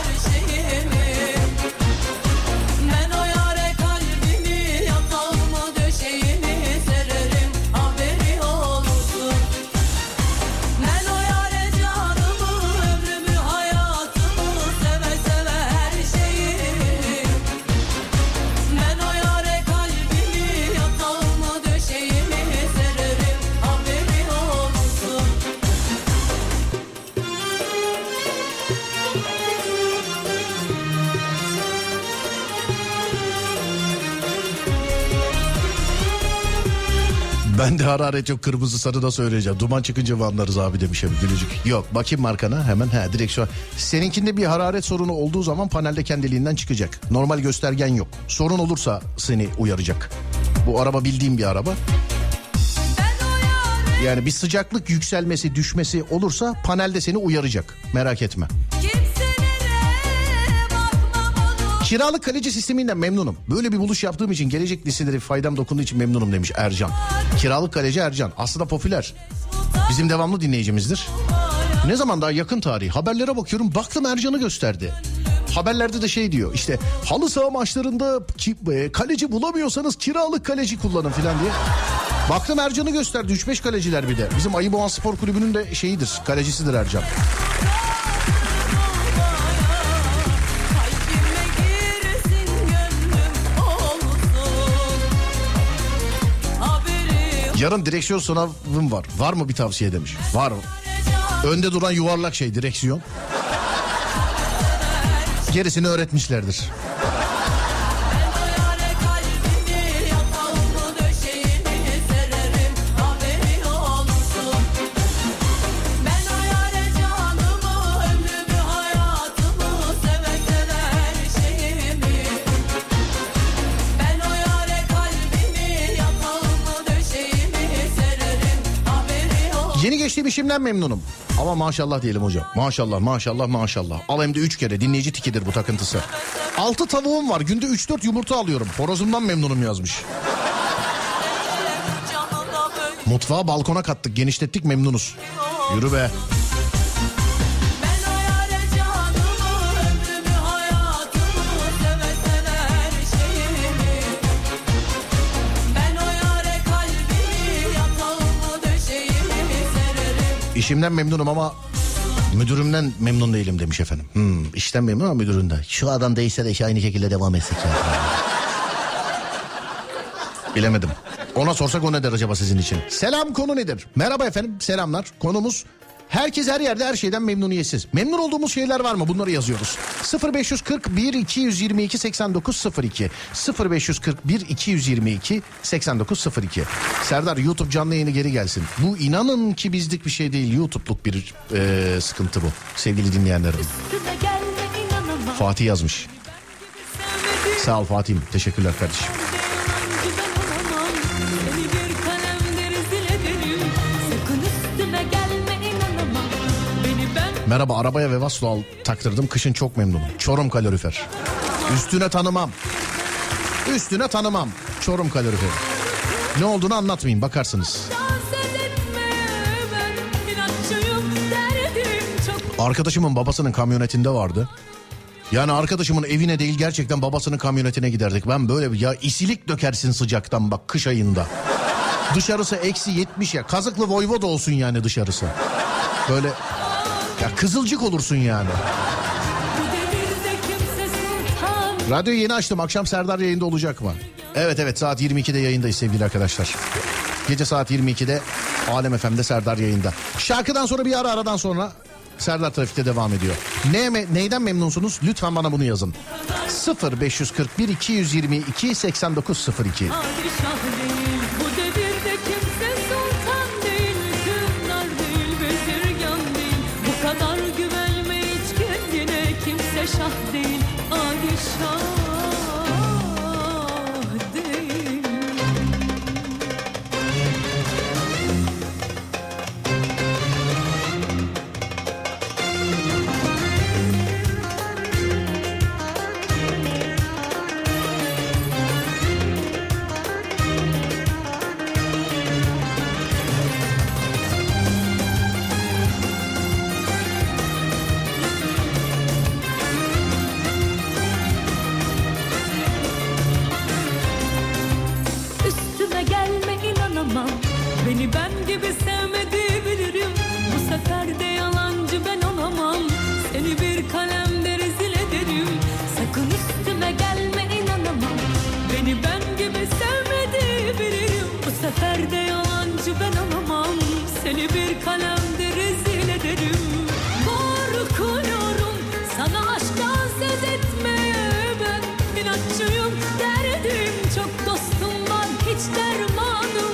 Ben de hararet yok, kırmızı sarı da söyleyeceğim. Duman çıkınca mı anlarız abi demiş abi gülücük. Yok, bakayım markana hemen, he direkt şu an. Seninkinde bir hararet sorunu olduğu zaman panelde kendiliğinden çıkacak. Normal göstergen yok. Sorun olursa seni uyaracak. Bu araba bildiğim bir araba. Yani bir sıcaklık yükselmesi, düşmesi olursa panelde seni uyaracak. Merak etme. Kiralık kaleci sisteminden memnunum. Böyle bir buluş yaptığım için, gelecek listeleri faydam dokunduğu için memnunum demiş Ercan. Kiralık kaleci Ercan aslında popüler. Bizim devamlı dinleyicimizdir. Ne zaman daha yakın tarih haberlere bakıyorum, baktım Ercan'ı gösterdi. Haberlerde de şey diyor işte, halı saha maçlarında ki, e, kaleci bulamıyorsanız kiralık kaleci kullanın filan diye. Baktım Ercan'ı gösterdi. üç beş kaleciler bir de. Bizim Ayıboğan Spor Kulübü'nün de şeyidir. Kalecisidir Ercan. Yarın direksiyon sınavım var. Var mı bir tavsiye demiş. Var. Önde duran yuvarlak şey direksiyon. Gerisini öğretmişlerdir. Yeni geçtiğim işimden memnunum. Ama maşallah diyelim hocam. Maşallah maşallah maşallah. Al hem de üç kere. Dinleyici tikidir bu takıntısı. Altı tavuğum var. Günde üç dört yumurta alıyorum. Horozumdan memnunum yazmış. Mutfağı balkona kattık. Genişlettik, memnunuz. Yürü be. İşimden memnunum ama müdürümden memnun değilim demiş efendim. Hmm, işten memnun ama müdüründen. Şu adam değişse de iş aynı şekilde devam etsek ya. Bilemedim. Ona sorsak o ne der acaba sizin için? Selam, konu nedir? Merhaba efendim, selamlar. Konumuz herkes her yerde her şeyden memnuniyetsiz. Memnun olduğumuz şeyler var mı? Bunları yazıyoruz. sıfır beş kırk bir iki yüz yirmi iki seksen dokuz sıfır iki sıfır beş kırk bir iki yüz yirmi iki seksen dokuz sıfır iki. Serdar, YouTube canlı yayını geri gelsin. Bu inanın ki bizlik bir şey değil. YouTube'luk bir e, sıkıntı bu. Sevgili dinleyenlerim. Fatih yazmış. Sağ ol Fatih'im. Teşekkürler kardeşim. Merhaba, arabaya Vevaslo al taktırdım, kışın çok memnunum. Çorum kalorifer. Üstüne tanımam. Üstüne tanımam. Çorum kalorifer. Ne olduğunu anlatmayayım, bakarsınız. Arkadaşımın babasının kamyonetinde vardı. Yani arkadaşımın evine değil, gerçekten babasının kamyonetine giderdik. Ben böyle bir, ya isilik dökersin sıcaktan bak kış ayında. Dışarısı eksi yetmiş ya. Kazıklı Voyvoda olsun yani dışarısı. Böyle... Ya kızılcık olursun yani. Radyoyu yeni açtım. Akşam Serdar yayında olacak mı? Evet evet, saat yirmi ikide yayındayız sevgili arkadaşlar. Gece saat yirmi ikide Alem F M'de Serdar yayında. Şarkıdan sonra bir ara, aradan sonra Serdar Trafik'te devam ediyor. Ne, neyden memnunsunuz? Lütfen bana bunu yazın. sıfır beş kırk bir iki yüz yirmi iki seksen dokuz sıfır iki. Şah değil, padişah değil. Beni ben gibi sevmedi bilirim. Bu sefer de yalancı ben olamam. Seni bir kalemde rezil ederim. Sakın üstüme gelme, inanamam. Beni ben gibi sevmedi bilirim. Bu sefer de yalancı ben olamam. Seni bir kalemde rezil ederim. Korkuyorum sana aşktan söz etmeye. Ben inatçıyım, derdim çok, dostum var hiç dermanım.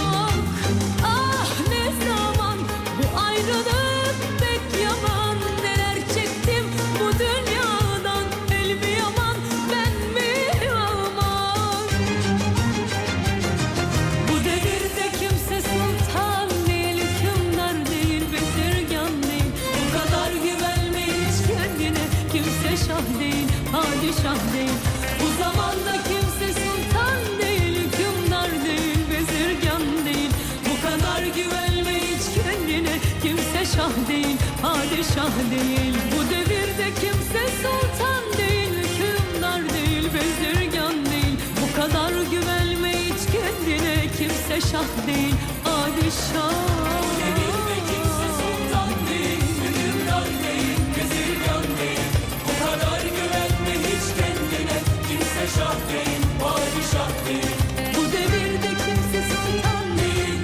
Padişah değil, bu zamanda kimse sultan değil, hükümdar değil, bezirgan değil. Bu kadar güvenme hiç kendine, kimse şah değil, padişah değil. Bu devirde kimse sultan değil, hükümdar değil, bezirgan değil. Bu kadar güvenme hiç kendine, kimse kimse şah değil padişah. Bu devirde kimse sultan değil, hükümdar değil, vezirgan değil. Bu kadar güvenme hiç kendine, kimse şah değil padişah değil. Bu devirde kimse sultan değil.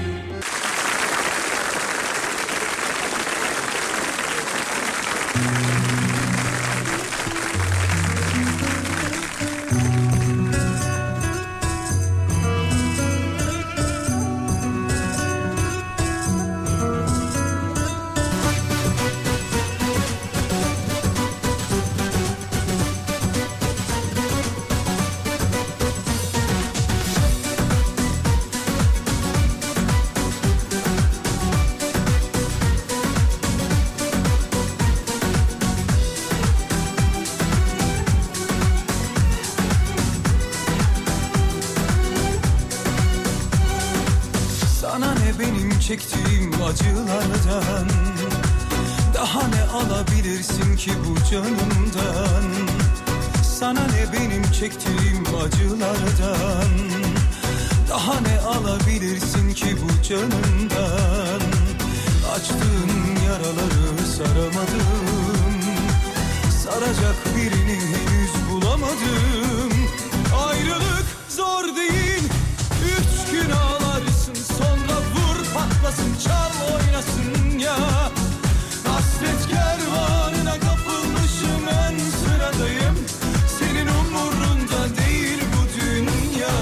Çektiğim acılardan daha ne alabilirsin ki bu canımdan? Sana ne benim çektiğim acılardan daha ne alabilirsin ki bu canımdan? Açtığın yaraları saramadım, saracak birini henüz bulamadım. Ayrılık zor değil, üç gün ağlarsın sonra vur patlasın, çal oynasın ya. Hasret kervanına kapılmışım, en sıradayım. Senin umurunda değil bu dünya.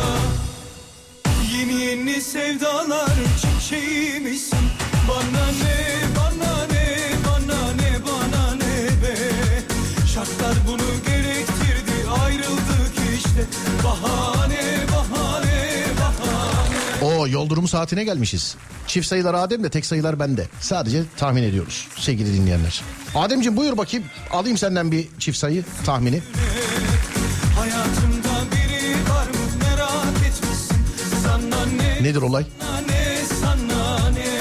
Yeni yeni sevdalar çiçeği misin? Bana ne, bana ne, bana ne, bana ne be. Şartlar bunu gerektirdi, ayrıldık işte. Bahane, bahane, bahane. O yol durumu saatine gelmişiz. Çift sayılar Adem de tek sayılar bende. Sadece tahmin ediyoruz sevgili dinleyenler. Ademciğim buyur bakayım, alayım senden bir çift sayı tahmini. Hayatımda biri var mı merak etmişsin. Sana ne, nedir olay? Ne, sana ne.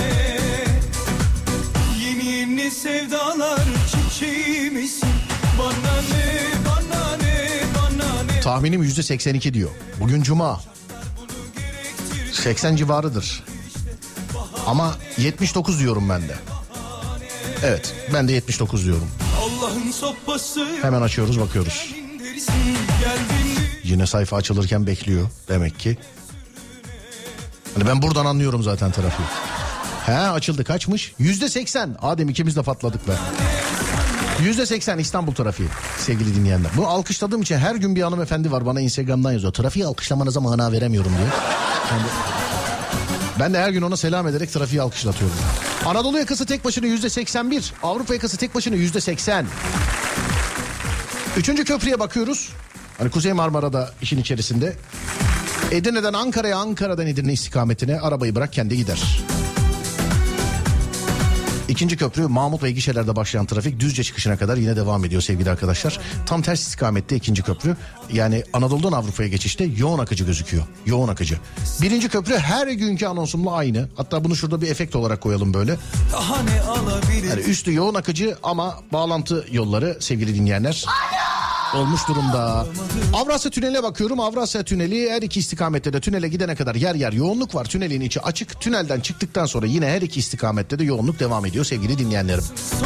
Yeni yeni sevdalar çiçeği misin? Bana ne, bana ne, bana ne. Tahminim yüzde seksen iki diyor. Bugün cuma. seksen civarıdır. Ama yetmiş dokuz diyorum ben de. Evet, ben de yetmiş dokuz diyorum. Hemen açıyoruz, bakıyoruz. Yine sayfa açılırken bekliyor demek ki. Hani ben buradan anlıyorum zaten trafiği. He, açıldı, kaçmış? yüzde seksen. Adem ikimiz de patladık be. yüzde seksen İstanbul trafiği sevgili dinleyenler. Bu alkışladığım için her gün bir hanımefendi var bana Instagram'dan yazıyor. Trafiği alkışlamanıza mana veremiyorum diye. Yani ben de her gün ona selam ederek trafiği alkışlatıyorum. Anadolu yakası tek başına yüzde seksen bir. Avrupa yakası tek başına yüzde seksen. Üçüncü köprüye bakıyoruz. Hani Kuzey Marmara'da işin içerisinde. Edirne'den Ankara'ya, Ankara'dan Edirne istikametine arabayı bırak kendi gider. İkinci köprü Mahmut Bey gişelerde başlayan trafik Düzce çıkışına kadar yine devam ediyor sevgili arkadaşlar. Tam ters istikamette ikinci köprü. Yani Anadolu'dan Avrupa'ya geçişte yoğun akıcı gözüküyor. Yoğun akıcı. Birinci köprü her günkü anonsumla aynı. Hatta bunu şurada bir efekt olarak koyalım böyle. Daha ne alabilir? Yani üstü yoğun akıcı ama bağlantı yolları sevgili dinleyenler olmuş durumda. Avrasya Tüneli'ne bakıyorum. Avrasya Tüneli her iki istikamette de tünele gidene kadar yer yer yoğunluk var. Tünelin içi açık. Tünelden çıktıktan sonra yine her iki istikamette de yoğunluk devam ediyor sevgili dinleyenlerim.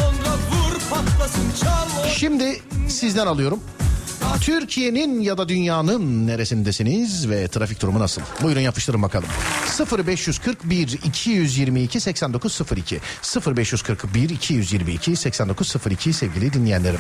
Şimdi sizden alıyorum. Türkiye'nin ya da dünyanın neresindesiniz ve trafik durumu nasıl? Buyurun yapıştırın bakalım. sıfır beş kırk bir iki yüz yirmi iki seksen dokuz sıfır iki sıfır beş kırk bir iki yüz yirmi iki seksen dokuz sıfır iki sevgili dinleyenlerim.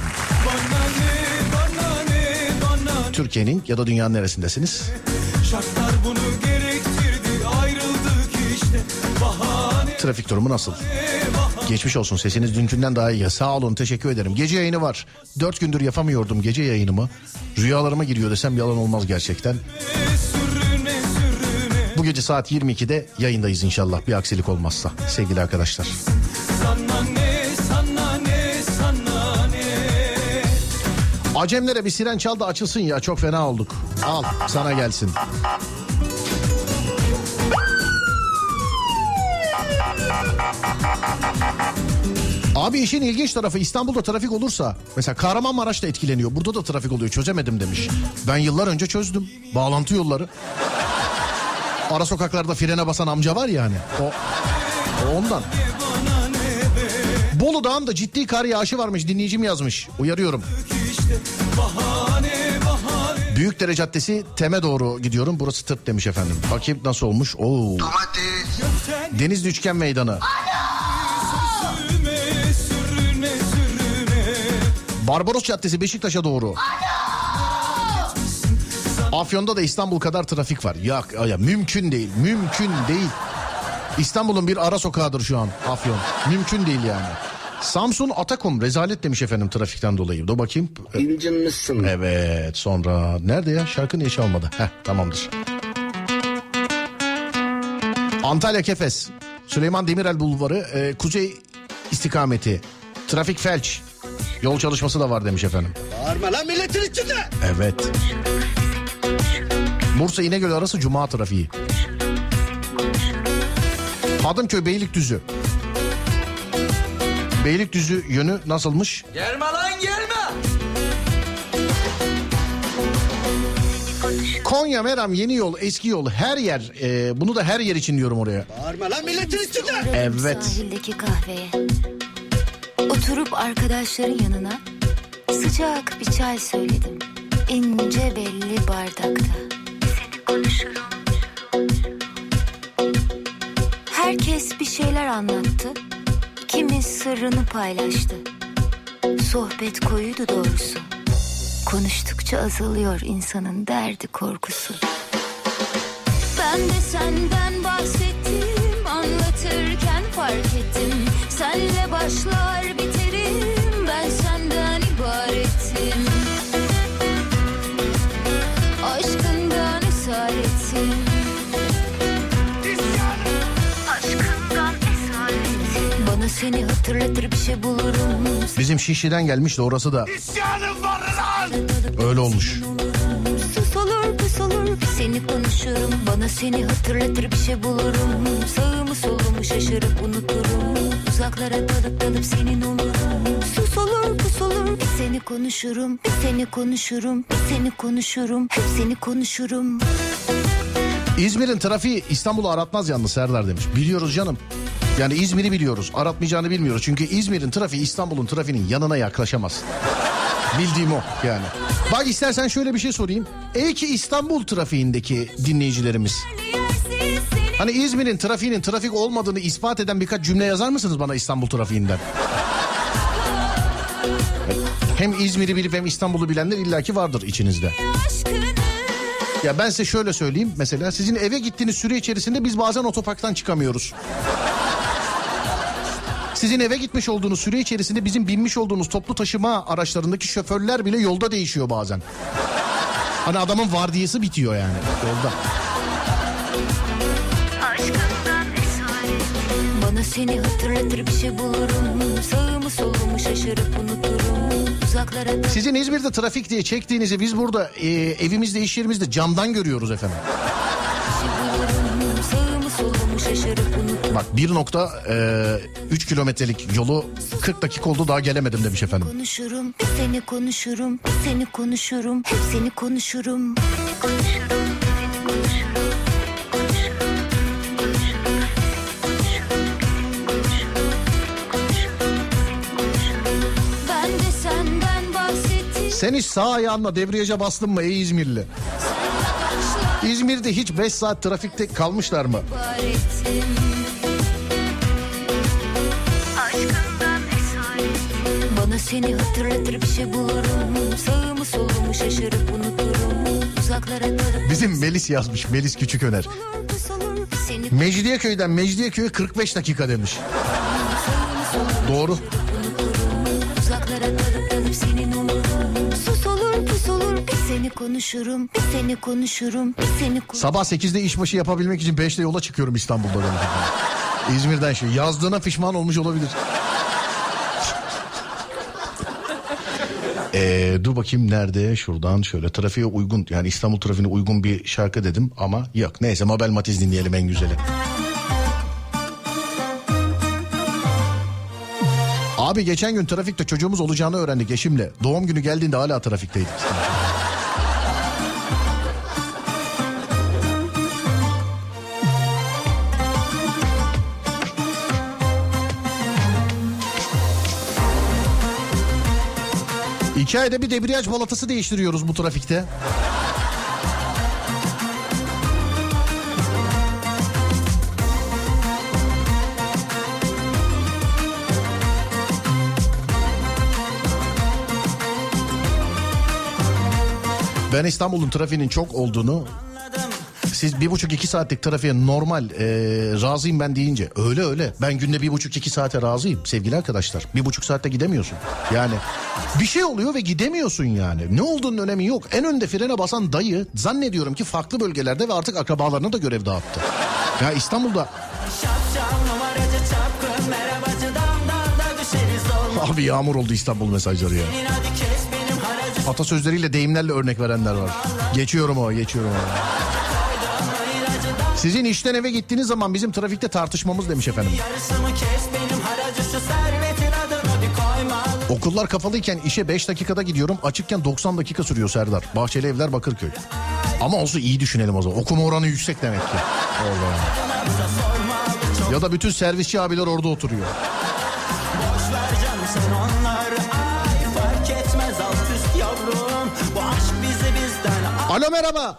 Türkiye'nin ya da dünyanın neresindesiniz? Şartlar bunu gerektirdi, ayrıldık işte. Bahane. Trafik durumu nasıl? Bahane. Geçmiş olsun, sesiniz dünkünden daha iyi. Sağ olun, teşekkür ederim. Gece yayını var. Dört gündür yapamıyordum gece yayınımı. Rüyalarıma giriyor desem yalan olmaz gerçekten. Sürüne, sürüne. Bu gece saat yirmi ikide yayındayız inşallah, bir aksilik olmazsa sevgili arkadaşlar. Sana ne, sana ne, sana ne. Acemlere bir siren çal da açılsın ya, çok fena olduk. Al sana gelsin. Abi işin ilginç tarafı, İstanbul'da trafik olursa mesela Kahramanmaraş'ta etkileniyor. Burada da trafik oluyor, çözemedim demiş. Ben yıllar önce çözdüm bağlantı yolları. Ara sokaklarda frene basan amca var ya hani. O, o ondan. Bolu Dağı'nda ciddi kar yağışı varmış, dinleyicim yazmış. Uyarıyorum. Büyükdere Caddesi Tem'e doğru gidiyorum. Burası tırt demiş efendim. Bakayım nasıl olmuş. Oo. Denizli Üçgen Meydanı. Barbaros Caddesi Beşiktaş'a doğru. Afyon'da da İstanbul kadar trafik var. Ya, ya mümkün değil. Mümkün değil. İstanbul'un bir ara sokağıdır şu an Afyon. Mümkün değil yani. Samsun Atakum rezalet demiş efendim trafikten dolayı. Dur bakayım. İncinmişsin. Evet, sonra nerede ya? Şarkı niye çalmadı? Heh, tamamdır. Antalya Kefes Süleyman Demirel Bulvarı e, kuzey istikameti. Trafik felç. Yol çalışması da var demiş efendim. Bağırma lan milletin içinde. Evet. Bursa İnegöl arası cuma trafiği. Hadımköy Beylikdüzü. Beylikdüzü yönü nasılmış? Gelme lan gelme. Konya, Meram, Yeni Yol, Eski Yol, her yer. E, bunu da her yer için diyorum oraya. Bağırma lan milletin içinde. Evet. Sahildeki kahveye. Oturup arkadaşların yanına sıcak bir çay söyledim. İnce belli bardakta. Seni konuşurum. Herkes bir şeyler anlattı. Kimi sırrını paylaştı. Sohbet koyuydu doğrusu. Konuştukça azalıyor insanın derdi korkusu. Ben de senden bahsettim, anlatırken fark ettim. Senle başlar biterim, ben senden ibaretim. Aşkından esaretim. Aşkından esaretim. Bana seni hatırlatır bir şey bulurum. Bizim Şişli'den gelmiş de orası da öyle olmuş. Sus olur pus olur seni konuşurum. Bana seni hatırlatır bir şey bulurum. Sağımı solumu şaşırıp unuturum. Uzaklara dalıp dalıp senin olurum. Sus olur pus olur seni konuşurum. Seni konuşurum, seni konuşurum. Hep seni konuşurum. İzmir'in trafiği İstanbul'u aratmaz yalnız Serdar demiş. Biliyoruz canım. Yani İzmir'i biliyoruz. Aratmayacağını bilmiyoruz. Çünkü İzmir'in trafiği İstanbul'un trafiğinin yanına yaklaşamaz. Bildiğim o yani. Bak istersen şöyle bir şey sorayım. Ey ki İstanbul trafiğindeki dinleyicilerimiz. Hani İzmir'in trafiğinin trafik olmadığını ispat eden birkaç cümle yazar mısınız bana İstanbul trafiğinden? Hem İzmir'i bilip hem İstanbul'u bilenler illaki vardır içinizde. Ya ben size şöyle söyleyeyim. Mesela sizin eve gittiğiniz süre içerisinde biz bazen otoparktan çıkamıyoruz. Sizin eve gitmiş olduğunuz süre içerisinde bizim binmiş olduğumuz toplu taşıma araçlarındaki şoförler bile yolda değişiyor bazen. Hani adamın vardiyası bitiyor yani yolda. Bana seni hatırlatır bir şey bulurum. Sağımı solumu şaşırıp unuturum. Uzaklara... Sizin İzmir'de trafik diye çektiğinizi biz burada e, evimizde iş yerimizde camdan görüyoruz efendim. Sağımı solumu şaşırıp unuturum. Bak bir nokta üç kilometrelik yolu kırk dakika oldu daha gelemedim demiş efendim. Konuşurum, seni konuşurum, seni konuşurum, hep seni konuşurum. Seni konuşurum, seni konuşurum. Sen hiç sağ ayağınla debriyaja bastın mı ey İzmirli? İzmir'de hiç beş saat trafikte kalmışlar mı? Bana seni hatırlatır bir şey bulurum. Sağımı solumu şaşırıp unuturum. Uzaklara dalıp... Bizim Melis yazmış, Melis Küçüköner. Mecidiyeköy'den Mecidiyeköy'e kırk beş dakika demiş. Doğru. Uzaklara dalıp dalıp senin olurum. Sus olur pus olur seni konuşurum. Seni konuşurum. Seni konuşurum. Sabah sekizde işbaşı yapabilmek için beşte yola çıkıyorum İstanbul'da. İzmir'den şey yazdığına pişman olmuş olabilir. Ee, dur bakayım nerede şuradan şöyle trafiğe uygun yani İstanbul trafiğine uygun bir şarkı dedim ama yok neyse Mabel Matiz dinleyelim en güzeli. Abi geçen gün trafikte çocuğumuz olacağını öğrendik eşimle. Doğum günü geldiğinde hala trafikteydik. İki ayda bir debriyaj balatası değiştiriyoruz bu trafikte. Ben İstanbul'un trafiğinin çok olduğunu, siz bir buçuk iki saatlik trafiğe normal e, razıyım ben deyince, öyle öyle. Ben günde bir buçuk iki saate razıyım sevgili arkadaşlar. Bir buçuk saatte gidemiyorsun. Yani bir şey oluyor ve gidemiyorsun yani. Ne olduğunun önemi yok. En önde frene basan dayı zannediyorum ki farklı bölgelerde ve artık akrabalarına da görev dağıttı. Ya İstanbul'da... Abi yağmur oldu İstanbul mesajları ya. Atasözleriyle, deyimlerle örnek verenler var. Geçiyorum o, geçiyorum o. Sizin işten eve gittiğiniz zaman bizim trafikte tartışmamız demiş efendim. Okullar kapalıyken işe beş dakikada gidiyorum. Açıkken doksan dakika sürüyor Serdar. Bahçeli Evler, Bakırköy. Ama olsun, iyi düşünelim o zaman. Okuma oranı yüksek demek ki. Orada. Ya da bütün servisçi abiler orada oturuyor. Alo, merhaba.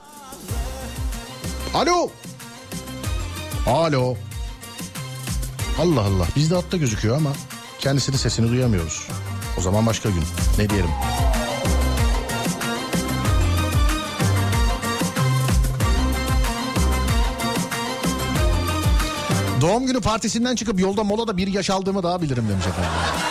Alo. Alo. Allah Allah, bizde hatta gözüküyor ama kendisinin sesini duyamıyoruz. O zaman başka gün. Ne diyelim? Doğum günü partisinden çıkıp yolda molada bir yaş aldığımı daha bilirim demiş efendim.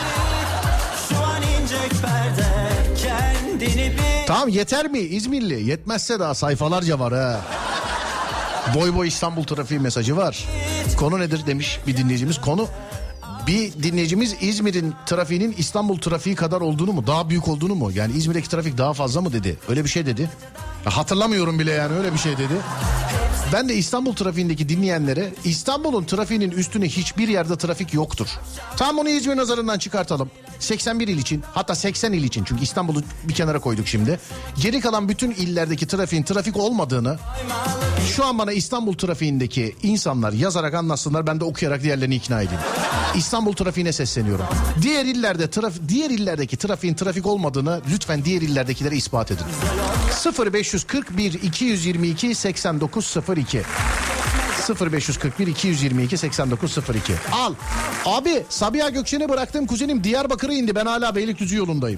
Tamam, yeter mi İzmirli? Yetmezse daha sayfalarca var ha. Boy boy İstanbul trafiği mesajı var. Konu nedir demiş bir dinleyicimiz. Konu, bir dinleyicimiz İzmir'in trafiğinin İstanbul trafiği kadar olduğunu mu, daha büyük olduğunu mu? Yani İzmir'deki trafik daha fazla mı dedi? Öyle bir şey dedi. Ya hatırlamıyorum bile yani, öyle bir şey dedi. Ben de İstanbul trafiğindeki dinleyenlere, İstanbul'un trafiğinin üstüne hiçbir yerde trafik yoktur. Tam onu İzmir nazarından çıkartalım. seksen bir il için, hatta seksen il için, çünkü İstanbul'u bir kenara koyduk şimdi. Geri kalan bütün illerdeki trafiğin trafik olmadığını şu an bana İstanbul trafiğindeki insanlar yazarak anlatsınlar, ben de okuyarak diğerlerini ikna edeyim. İstanbul trafiğine sesleniyorum. Diğer illerde traf- diğer illerdeki trafiğin trafik olmadığını lütfen diğer illerdekilere ispat edin. sıfır beş kırk bir iki yüz yirmi iki seksen dokuz sıfır iki sıfır beş kırk bir iki yüz yirmi iki seksen dokuz sıfır iki. Al. Abi, Sabiha Gökçen'i bıraktığım kuzenim Diyarbakır'a indi. Ben hala Beylikdüzü yolundayım.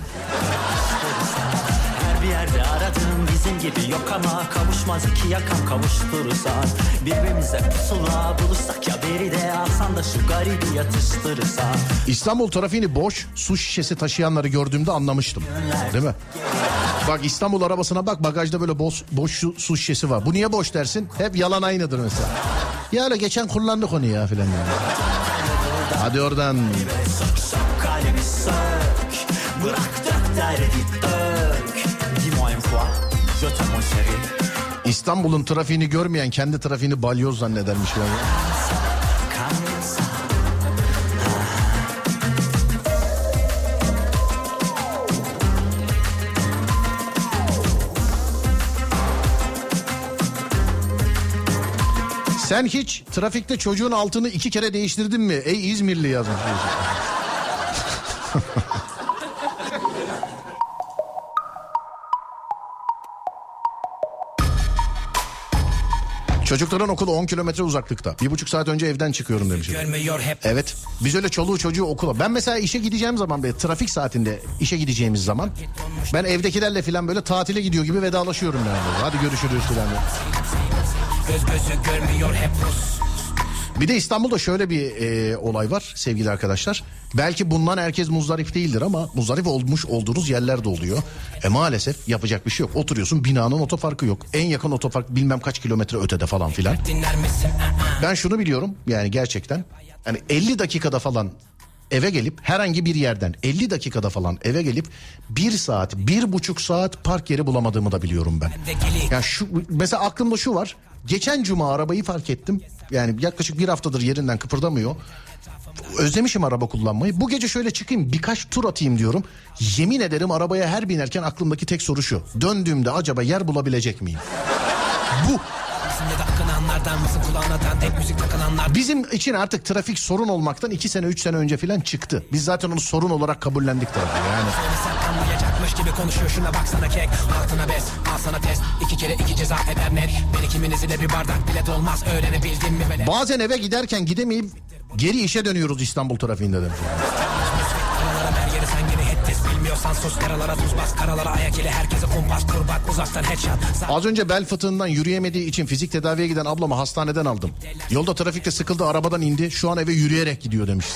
Her bir yerde aradığım bizim gibi yok ama kavuşmaz iki yakam kavuşturursa. Birbirimize pusula bulursak ya, biri de alsan da şu garibi yatıştırırsa. İstanbul trafiğini boş su şişesi taşıyanları gördüğümde anlamıştım. Değil mi? Bak, İstanbul arabasına bak, bagajda böyle boş, boş su, su şişesi var. Bu niye boş dersin? Hep yalan aynıdır mesela. Ya öyle geçen kullandık onu ya filan. Yani. Hadi oradan. İstanbul'un trafiğini görmeyen kendi trafiğini balyoz zannedermiş. Yani. Sen hiç trafikte çocuğun altını iki kere değiştirdin mi? Ey İzmirli yazmış. Çocukların okulu on kilometre uzaklıkta. Bir buçuk saat önce evden çıkıyorum demiş. Evet. Biz öyle çoluğu çocuğu okula. Ben mesela işe gideceğim zaman, böyle trafik saatinde işe gideceğimiz zaman, ben evdekilerle falan böyle tatile gidiyor gibi vedalaşıyorum yani. Hadi görüşürüz falan. Göz gözü görmüyor hep Rus. Bir de İstanbul'da şöyle bir e, olay var sevgili arkadaşlar. Belki bundan herkes muzdarip değildir ama muzdarip olmuş olduğunuz yerler de oluyor. E maalesef yapacak bir şey yok. Oturuyorsun, binanın otoparkı yok. En yakın otopark bilmem kaç kilometre ötede falan filan. Ben şunu biliyorum yani gerçekten. Yani elli dakikada falan eve gelip herhangi bir yerden elli dakikada falan eve gelip bir saat, bir buçuk saat park yeri bulamadığımı da biliyorum ben. Yani şu, mesela aklımda şu var. Geçen cuma arabayı fark ettim. Yani yaklaşık bir haftadır yerinden kıpırdamıyor. Özlemişim araba kullanmayı. Bu gece şöyle çıkayım, birkaç tur atayım diyorum. Yemin ederim arabaya her binerken aklımdaki tek soru şu: döndüğümde acaba yer bulabilecek miyim? Bu. Bizim için artık trafik sorun olmaktan iki sene üç sene önce falan çıktı. Biz zaten onu sorun olarak kabullendik trafiği yani. Gibi konuşuyor şuna baksana kek altına bez al sana test iki kere iki ceza eder net birikiminizi de bir bardak bile dolmaz öğrenebildin mi böyle. Bazen eve giderken gidemeyip geri işe dönüyoruz İstanbul trafiğinde demiş. Sus karalara tuz bas karalara ayak ile herkese kumpas kur bak uzaktan headshot. Az önce bel fıtığından yürüyemediği için fizik tedaviye giden ablamı hastaneden aldım. Yolda trafikte sıkıldı arabadan indi şu an eve yürüyerek gidiyor demiş.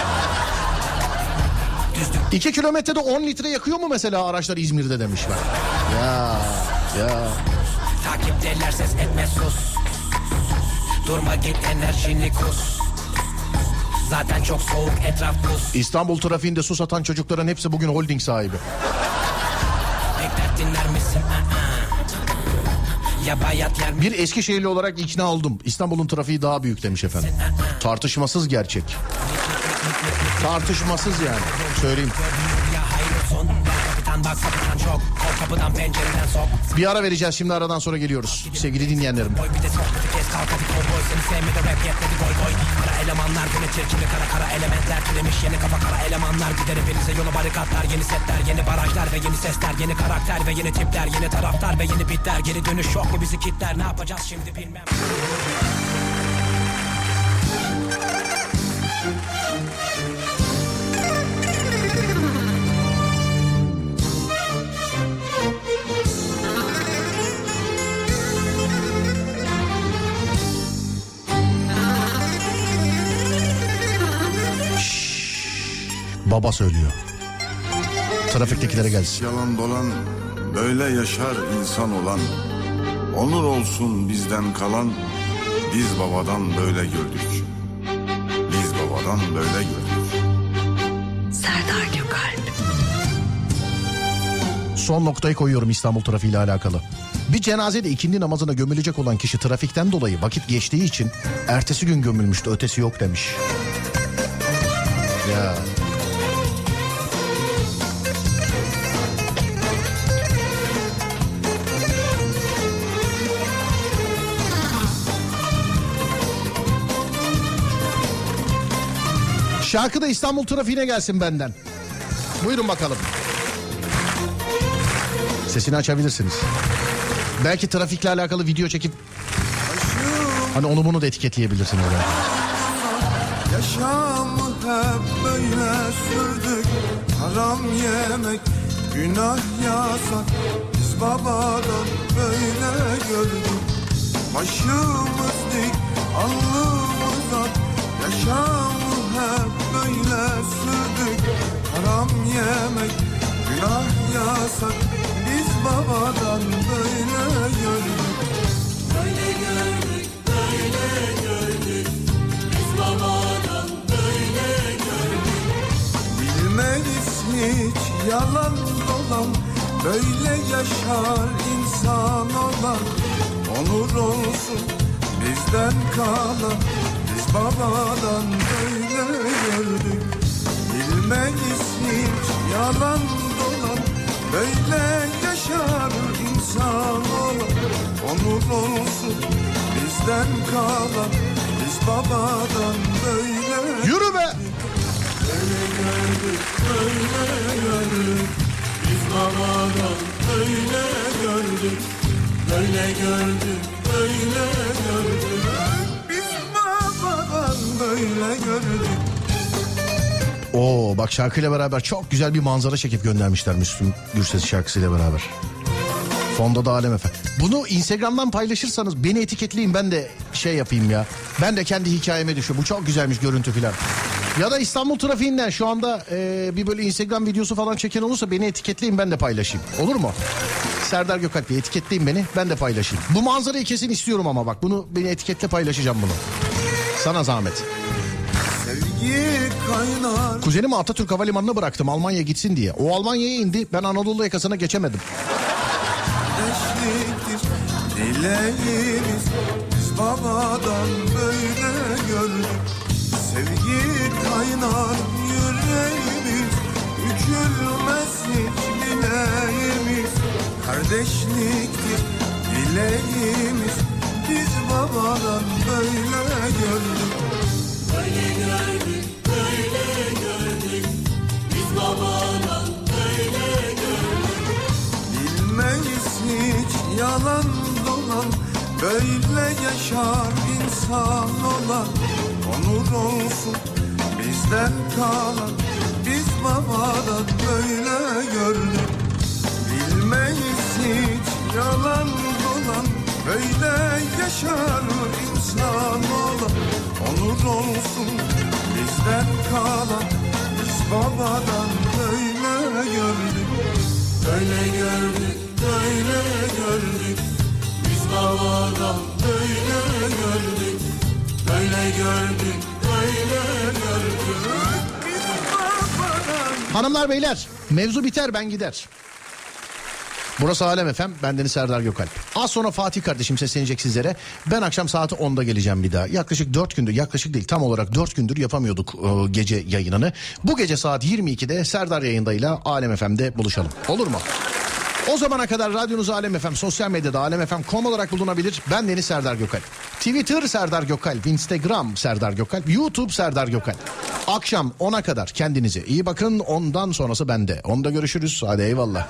İki kilometrede on litre yakıyor mu mesela araçlar İzmir'de demişler. Ya ya. Takipteler ses etme sus. Durma git enerjini kus. Zaten çok soğuk etraf buz. İstanbul trafiğinde su satan çocukların hepsi bugün holding sahibi. Bekler dinler misin? Ya bayat yer. Bir Eskişehirli olarak ikna oldum. İstanbul'un trafiği daha büyük demiş efendim. Tartışmasız gerçek. Tartışmasız yani. Söyleyeyim. Bir ara vereceğiz şimdi aradan sonra geliyoruz. Sevgili dinleyenlerim. Elemanlar yönetir kimi kara kara elementler türemiş yeni kafa kara elemanlar gider hepinize yolu barikatlar yeni setler yeni barajlar ve yeni sesler yeni karakter ve yeni tipler yeni taraftar ve yeni bitler geri dönüş yok mu bizi kitler ne yapacağız şimdi bilmem. Baba söylüyor. Trafiktekilere gelsin. Yalan dolan böyle yaşar insan olan. Onur olsun bizden kalan. Biz babadan böyle gördük. Biz babadan böyle gördük. Serdar Gökalp. Son noktayı koyuyorum İstanbul trafiğiyle alakalı. Bir cenazede ikindi namazına gömülecek olan kişi trafikten dolayı vakit geçtiği için ertesi gün gömülmüştü, ötesi yok demiş. Ya. Şarkı da İstanbul trafiğine gelsin benden. Buyurun bakalım. Sesini açabilirsiniz. Belki trafikle alakalı video çekip hani onu bunu da etiketleyebilirsiniz. Yani. Yaşamı hep böyle sürdük. Haram yemek, günah yasak. Biz babadan böyle gördük. Başımız dik, alnımız ak. Yaşamı hep böyle sürdük. Haram yemek, günah yasak. Biz babadan böyle gördük. Böyle gördük, böyle gördük. Biz babadan böyle gördük. Bilmeyiz hiç yalan dolan. Böyle yaşar insan olan. Onur olsun bizden kalan. Biz babadan böyle gördük. Bilmeyiz hiç yalan dolan. Böyle yaşar insan olan. Onur olsun bizden kalan. Biz babadan böyle. Yürü be! Böyle gördük, böyle gördük. Biz babadan böyle gördük. Böyle gördük, böyle gördük. Biz babadan böyle gördük. Oo bak şarkıyla beraber çok güzel bir manzara çekip göndermişler Müslüm Gürses şarkısıyla beraber. Fonda da Alem Efendim. Bunu Instagram'dan paylaşırsanız beni etiketleyin, ben de şey yapayım ya. Ben de kendi hikayeme düşüyor. Bu çok güzelmiş görüntü filan. Ya da İstanbul trafiğinden şu anda e, bir böyle Instagram videosu falan çeken olursa beni etiketleyin, ben de paylaşayım. Olur mu? Serdar Gökalp diye etiketleyin beni, ben de paylaşayım. Bu manzarayı kesin istiyorum ama bak bunu beni etiketle, paylaşacağım bunu. Sana zahmet. Kuzenimi Atatürk Havalimanı'na bıraktım Almanya'ya gitsin diye. O Almanya'ya indi, ben Anadolu yakasına geçemedim. Dileğimiz biz babadan böyle gördük. Sevgi kaynar yüreğimiz, bükülmez hiç bileğimiz. Kardeşliktir dileğimiz, biz babadan böyle gördük. Böyle gördük, böyle gördük. Biz babadan böyle gördük. Bilmeyiz hiç yalan dolan, böyle yaşar insan olan. Onur olsun bizden kalan, biz babadan böyle gördük. Bilmeyiz hiç yalan dolan, böyle yaşar insan olan. Onur olsun bizden kalan, biz babadan böyle gördük. Böyle gördük, böyle gördük. Biz babadan böyle gördük. Böyle gördük, böyle gördük. Biz babadan. Hanımlar beyler, mevzu biter ben gider. Burası Alem F M, bendeniz Serdar Gökalp. Az sonra Fatih kardeşim seslenecek sizlere. Ben akşam saat onda geleceğim bir daha. Yaklaşık dört gündür, yaklaşık değil tam olarak dört gündür yapamıyorduk e, gece yayınını. Bu gece saat yirmi ikide Serdar yayındayla Alem F M'de buluşalım. Olur mu? O zamana kadar radyonuz Alem F M, sosyal medyada alem f m nokta com olarak bulunabilir. Ben deniz Serdar Gökalp. Twitter Serdar Gökalp, Instagram Serdar Gökalp, YouTube Serdar Gökalp. Akşam ona kadar kendinize iyi bakın. Ondan sonrası bende. Onda görüşürüz. Hadi eyvallah.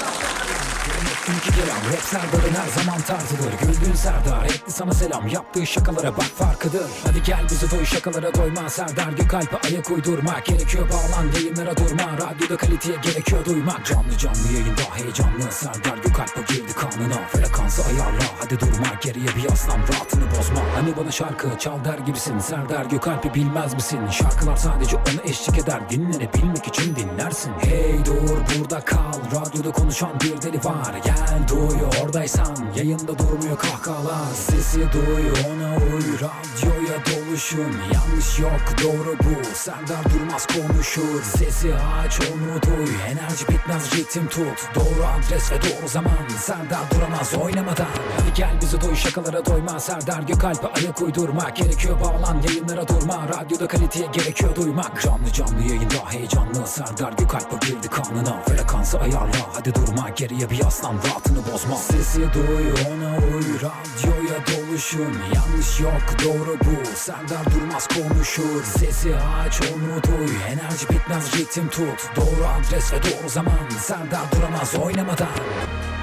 İki kelam rap Serdar'ın her zaman tarzıdır. Güldüğün Serdar etti sana selam, yaptığı şakalara bak farkıdır. Hadi gel bizi doy, şakalara doyma. Serdar Gökalp'e ayak uydurmak gerekiyor, bağlan yayınlara durma. Radyoda kaliteye gerekiyor duymak. Canlı canlı yayında heyecanlı, Serdar Gökalp'e girdi kanına. Frekansı ayarla, hadi durma geriye bir aslan, rahatını bozma. Hani bana şarkı çal der gibisin, Serdar Gökalp'i bilmez misin? Şarkılar sadece ona eşlik eder, dinlenebilmek için dinlersin. Hey dur burada kal, radyoda konuşan bir deli var. Gel duy oradaysan, yayında durmuyor kahkahalar. Sesi duy ona uy, radyoya doluşun. Yanlış yok doğru bu, Serdar Durmaz konuşur. Sesi aç onu duy, enerji bitmez ritim tut. Doğru adres ve doğru zaman, Serdar Duramaz oynamadan. Hadi gel bizi duy, şakalara doyma. Serdar Gökalp'e ayak uydurmak gerekiyor, bağlan yayınlara durma. Radyoda kaliteye gerekiyor duymak. Canlı canlı yayında heyecanlı, Serdar Gökalp'e girdi kanına. Frekansı ayarla, hadi durma geriye bir aslan, rahatını bozma. Sesi duy ona uy, radyoya doluşun. Yanlış yok doğru bu, Serdar Durmaz konuşur. Sesi aç onu duy, enerji bitmez ritim tut. Doğru adres ve doğru zaman, Serdar Duramaz oynamadan.